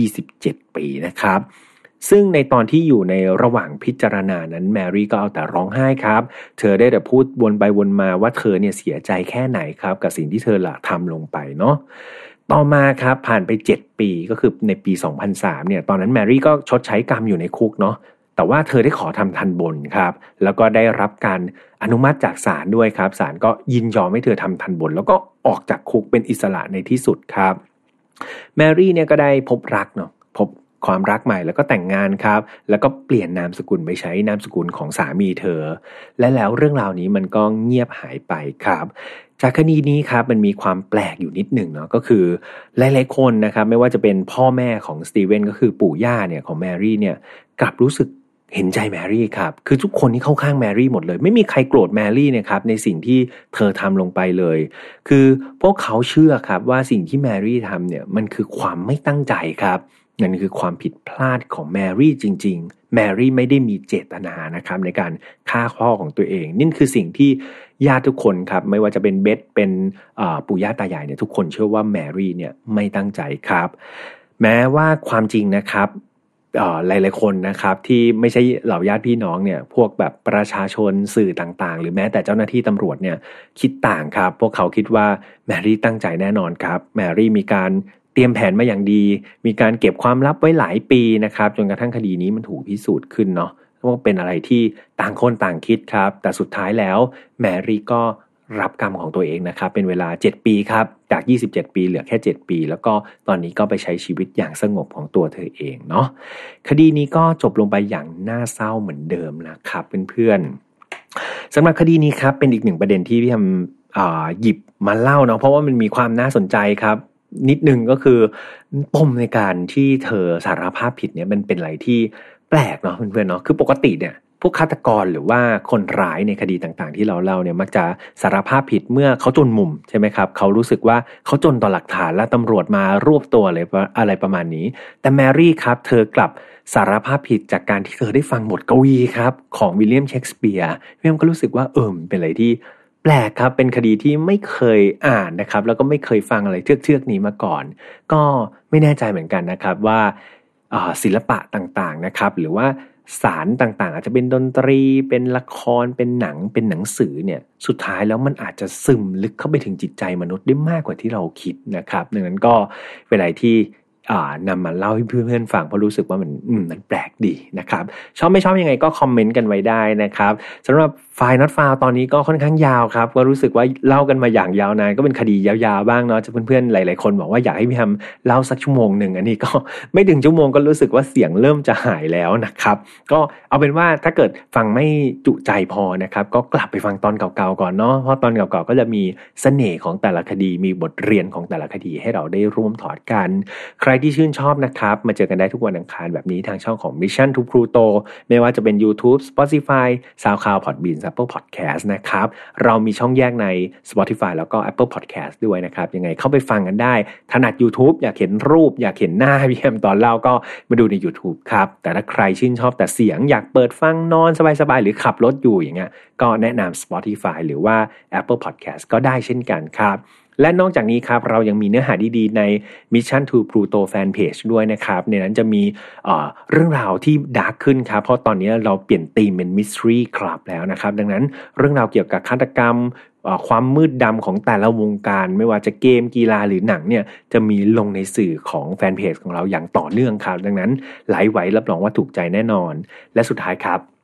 27 ปีนะครับซึ่งในตอนที่อยู่ในระหว่างพิจารณานั้นแมรี่ก็เอาแต่ร้องไห้ครับเธอได้แต่พูดวนไปวนมาว่าเธอเนี่ยเสียใจแค่ไหนครับกับสิ่งที่เธอทำลงไปเนาะต่อมาครับผ่านไป7 ปีก็คือในปี2003เนี่ยตอนนั้นแมรี่ก็ชดใช้กรรมอยู่ในคุกเนาะแต่ว่าเธอได้ขอทำทันบนครับแล้วก็ได้รับการอนุมัติจากศาลด้วยครับศาลก็ยินยอมให้เธอทำทันบนแล้วก็ออกจากคุกเป็นอิสระในที่สุดครับแมรี่เนี่ยก็ได้พบรักเนาะพบความรักใหม่แล้วก็แต่งงานครับแล้วก็เปลี่ยนนามสกุลไปใช้นามสกุลของสามีเธอและแล้วเรื่องราวนี้มันก็เงียบหายไปครับจากคดีนี้ครับมันมีความแปลกอยู่นิดหนึ่งเนาะก็คือหลายๆคนนะครับไม่ว่าจะเป็นพ่อแม่ของสตีเวนก็คือปู่ย่าเนี่ยของแมรี่เนี่ยกลับรู้สึกเห็นใจแมรี่ครับคือทุกคนที่เข้าข้างแมรี่หมดเลยไม่มีใครโกรธแมรี่เนี่ยครับในสิ่งที่เธอทำลงไปเลยคือพวกเขาเชื่อครับว่าสิ่งที่แมรี่ทำเนี่ยมันคือความไม่ตั้งใจครับนั่นคือความผิดพลาดของแมรี่จริงๆแมรี่ไม่ได้มีเจตนานะครับในการฆ่าพ่อของตัวเองนี่คือสิ่งที่ญาติทุกคนครับไม่ว่าจะเป็นเบธเป็นปู่ย่าตายายเนี่ยทุกคนเชื่อว่าแมรี่เนี่ยไม่ตั้งใจครับแม้ว่าความจริงนะครับหลายๆคนนะครับที่ไม่ใช่เหล่าญาติพี่น้องเนี่ยพวกแบบประชาชนสื่อต่างๆหรือแม้แต่เจ้าหน้าที่ตำรวจเนี่ยคิดต่างครับพวกเขาคิดว่าแมรี่ตั้งใจแน่นอนครับแมรี่มีการเตรียมแผนมาอย่างดีมีการเก็บความลับไว้หลายปีนะครับจนกระทั่งคดีนี้มันถูกพิสูจน์ขึ้นเนาะว่าเป็นอะไรที่ต่างคนต่างคิดครับแต่สุดท้ายแล้วแมรี่ก็รับกรรมของตัวเองนะครับเป็นเวลา7 ปีครับจาก27 ปีเหลือแค่7 ปีแล้วก็ตอนนี้ก็ไปใช้ชีวิตอย่างสงบของตัวเธอเองเนาะคดีนี้ก็จบลงไปอย่างน่าเศร้าเหมือนเดิมนะครับเพื่อนๆสำหรับคดีนี้ครับเป็นอีกหนึ่งประเด็นที่พี่ทำหยิบมาเล่าเนาะเพราะว่ามันมีความน่าสนใจครับนิดนึงก็คือปมในการที่เธอสารภาพผิดเนี่ยมันเป็นอะไรที่แปลกเนาะเพื่อนๆเนาะคือปกติเนี่ยพวกฆาตกรหรือว่าคนร้ายในคดีต่างๆที่เราเล่าเนี่ยมักจะสารภาพผิดเมื่อเขาจนมุมใช่ไหมครับเขารู้สึกว่าเขาจนต่อหลักฐานและตำรวจมารวบตัวอะไรประมาณนี้แต่แมรี่ครับเธอกลับสารภาพผิดจากการที่เธอได้ฟังบทกวีครับของวิลเลียมเชกสเปียร์วิลเลียมก็รู้สึกว่าเป็นอะไรที่แปลกครับเป็นคดีที่ไม่เคยอ่านนะครับแล้วก็ไม่เคยฟังอะไรเทือกๆนี้มาก่อนก็ไม่แน่ใจเหมือนกันนะครับว่าศิลปะต่างๆนะครับหรือว่าสารต่างๆอาจจะเป็นดนตรีเป็นละครเป็นหนังเป็นหนังสือเนี่ยสุดท้ายแล้วมันอาจจะซึมลึกเข้าไปถึงจิตใจมนุษย์ได้มากกว่าที่เราคิดนะครับดังนั้นก็เป็นอะไรที่นำมาเล่าให้เพื่อนๆฟังเพราะรู้สึกว่ามันแปลกดีนะครับชอบไม่ชอบยังไงก็คอมเมนต์กันไว้ได้นะครับสำหรับไฟล์ not found ตอนนี้ก็ค่อนข้างยาวครับก็รู้สึกว่าเล่ากันมาอย่างยาวนานก็เป็นคดียาวๆบ้างเนาะจะเพื่อนๆหลายๆคนบอกว่าอยากให้พี่ทำเล่าสักชั่วโมงนึงอันนี้ก็ไม่ถึงชั่วโมงก็รู้สึกว่าเสียงเริ่มจะหายแล้วนะครับก็เอาเป็นว่าถ้าเกิดฟังไม่จุใจพอนะครับก็กลับไปฟังตอนเก่าๆก่อนเนาะเพราะตอนเก่าๆก็จะมีเสน่ห์ของแต่ละคดีมีบทเรียนของแต่ละคดีให้เราได้ร่วมถอดกันใครที่ชื่นชอบนะครับมาเจอกันได้ทุกวันอังคารแบบนี้ทางช่องของ Mission to Pluto ไม่ว่าจะเป็น YouTube Spotify SoundCloud Podbean Apple Podcast นะครับเรามีช่องแยกใน Spotify แล้วก็ Apple Podcast ด้วยนะครับยังไงเข้าไปฟังกันได้ถนัด YouTube อยากเห็นรูปอยากเห็นหน้าพี่แอมตอนเล่าก็มาดูใน YouTube ครับแต่ถ้าใครชื่นชอบแต่เสียงอยากเปิดฟังนอนสบายๆหรือขับรถอยู่อย่างเงี้ยก็แนะนำ Spotify หรือว่า Apple Podcast ก็ได้เช่นกันครับและนอกจากนี้ครับเรายังมีเนื้อหาดีๆใน Mission to Pluto Fan Page ด้วยนะครับในนั้นจะมีเรื่องราวที่ดาร์กขึ้นครับเพราะตอนนี้เราเปลี่ยนธีมเป็น Mystery Club แล้วนะครับดังนั้นเรื่องราวเกี่ยวกับฆาตกรรมความมืดดำของแต่ละวงการไม่ว่าจะเกมกีฬาหรือหนังเนี่ยจะมีลงในสื่อของแฟนเพจของเราอย่างต่อเนื่องครับดังนั้นไลฟ์ไว้รับรองว่าถูกใจแน่นอนและสุดท้ายครับ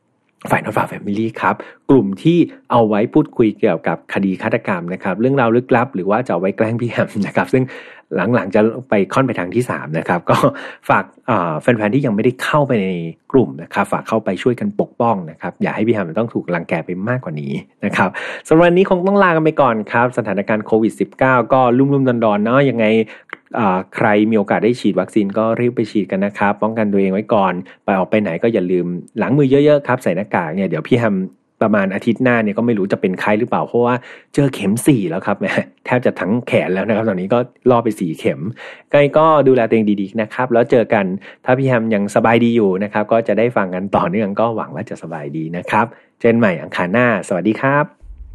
Final File Family ครับกลุ่มที่เอาไว้พูดคุยเกี่ยวกับคดีฆาตกรรมนะครับเรื่องราวลึกลับหรือว่าจะเอาไว้แกล้งพี่แฮมนะครับซึ่งหลังๆจะไปค่อนไปทางที่3นะครับก็ฝากแฟนๆที่ยังไม่ได้เข้าไปในกลุ่มนะครับฝากเข้าไปช่วยกันปกป้องนะครับอย่าให้พี่แฮมต้องถูกรังแกไปมากกว่านี้นะครับสำหรับวันนี้คงต้องลากันไปก่อนครับสถานการณ์โควิด -19 ก็ลุ่มๆดอนๆเนาะยังไงใครมีโอกาสได้ฉีดวัคซีนก็รีบไปฉีดกันนะครับป้องกันตัวเองไว้ก่อนไปออกไปไหนก็อย่าลืมล้างมือเยอะๆครับใส่หน้ากากเนี่ยเดี๋ยวพี่แฮมประมาณอาทิตย์หน้าเนี่ยก็ไม่รู้จะเป็นไข้หรือเปล่าเพราะว่าเจอเข็ม4แล้วครับแม่แทบจะทั้งแขนแล้วนะครับตอนนี้ก็ล่อไป4เข็มก็ดูแลตัวเองดีๆนะครับแล้วเจอกันถ้าพี่แฮมยังสบายดีอยู่นะครับก็จะได้ฟังกันต่อเนื่องก็หวังว่าจะสบายดีนะครับเจอกันใหม่อังคารหน้าสวัสดีครับ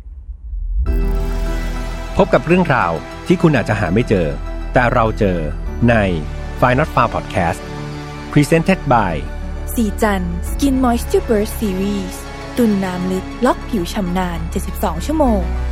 พบกับเรื่องราวที่คุณอาจจะหาไม่เจอแต่เราเจอใน Final File Podcast Presented by สีจัน Skin Moisture Burst Series ตุ่นน้ำลึกล็อกผิวฉ่ำนาน72 ชั่วโมง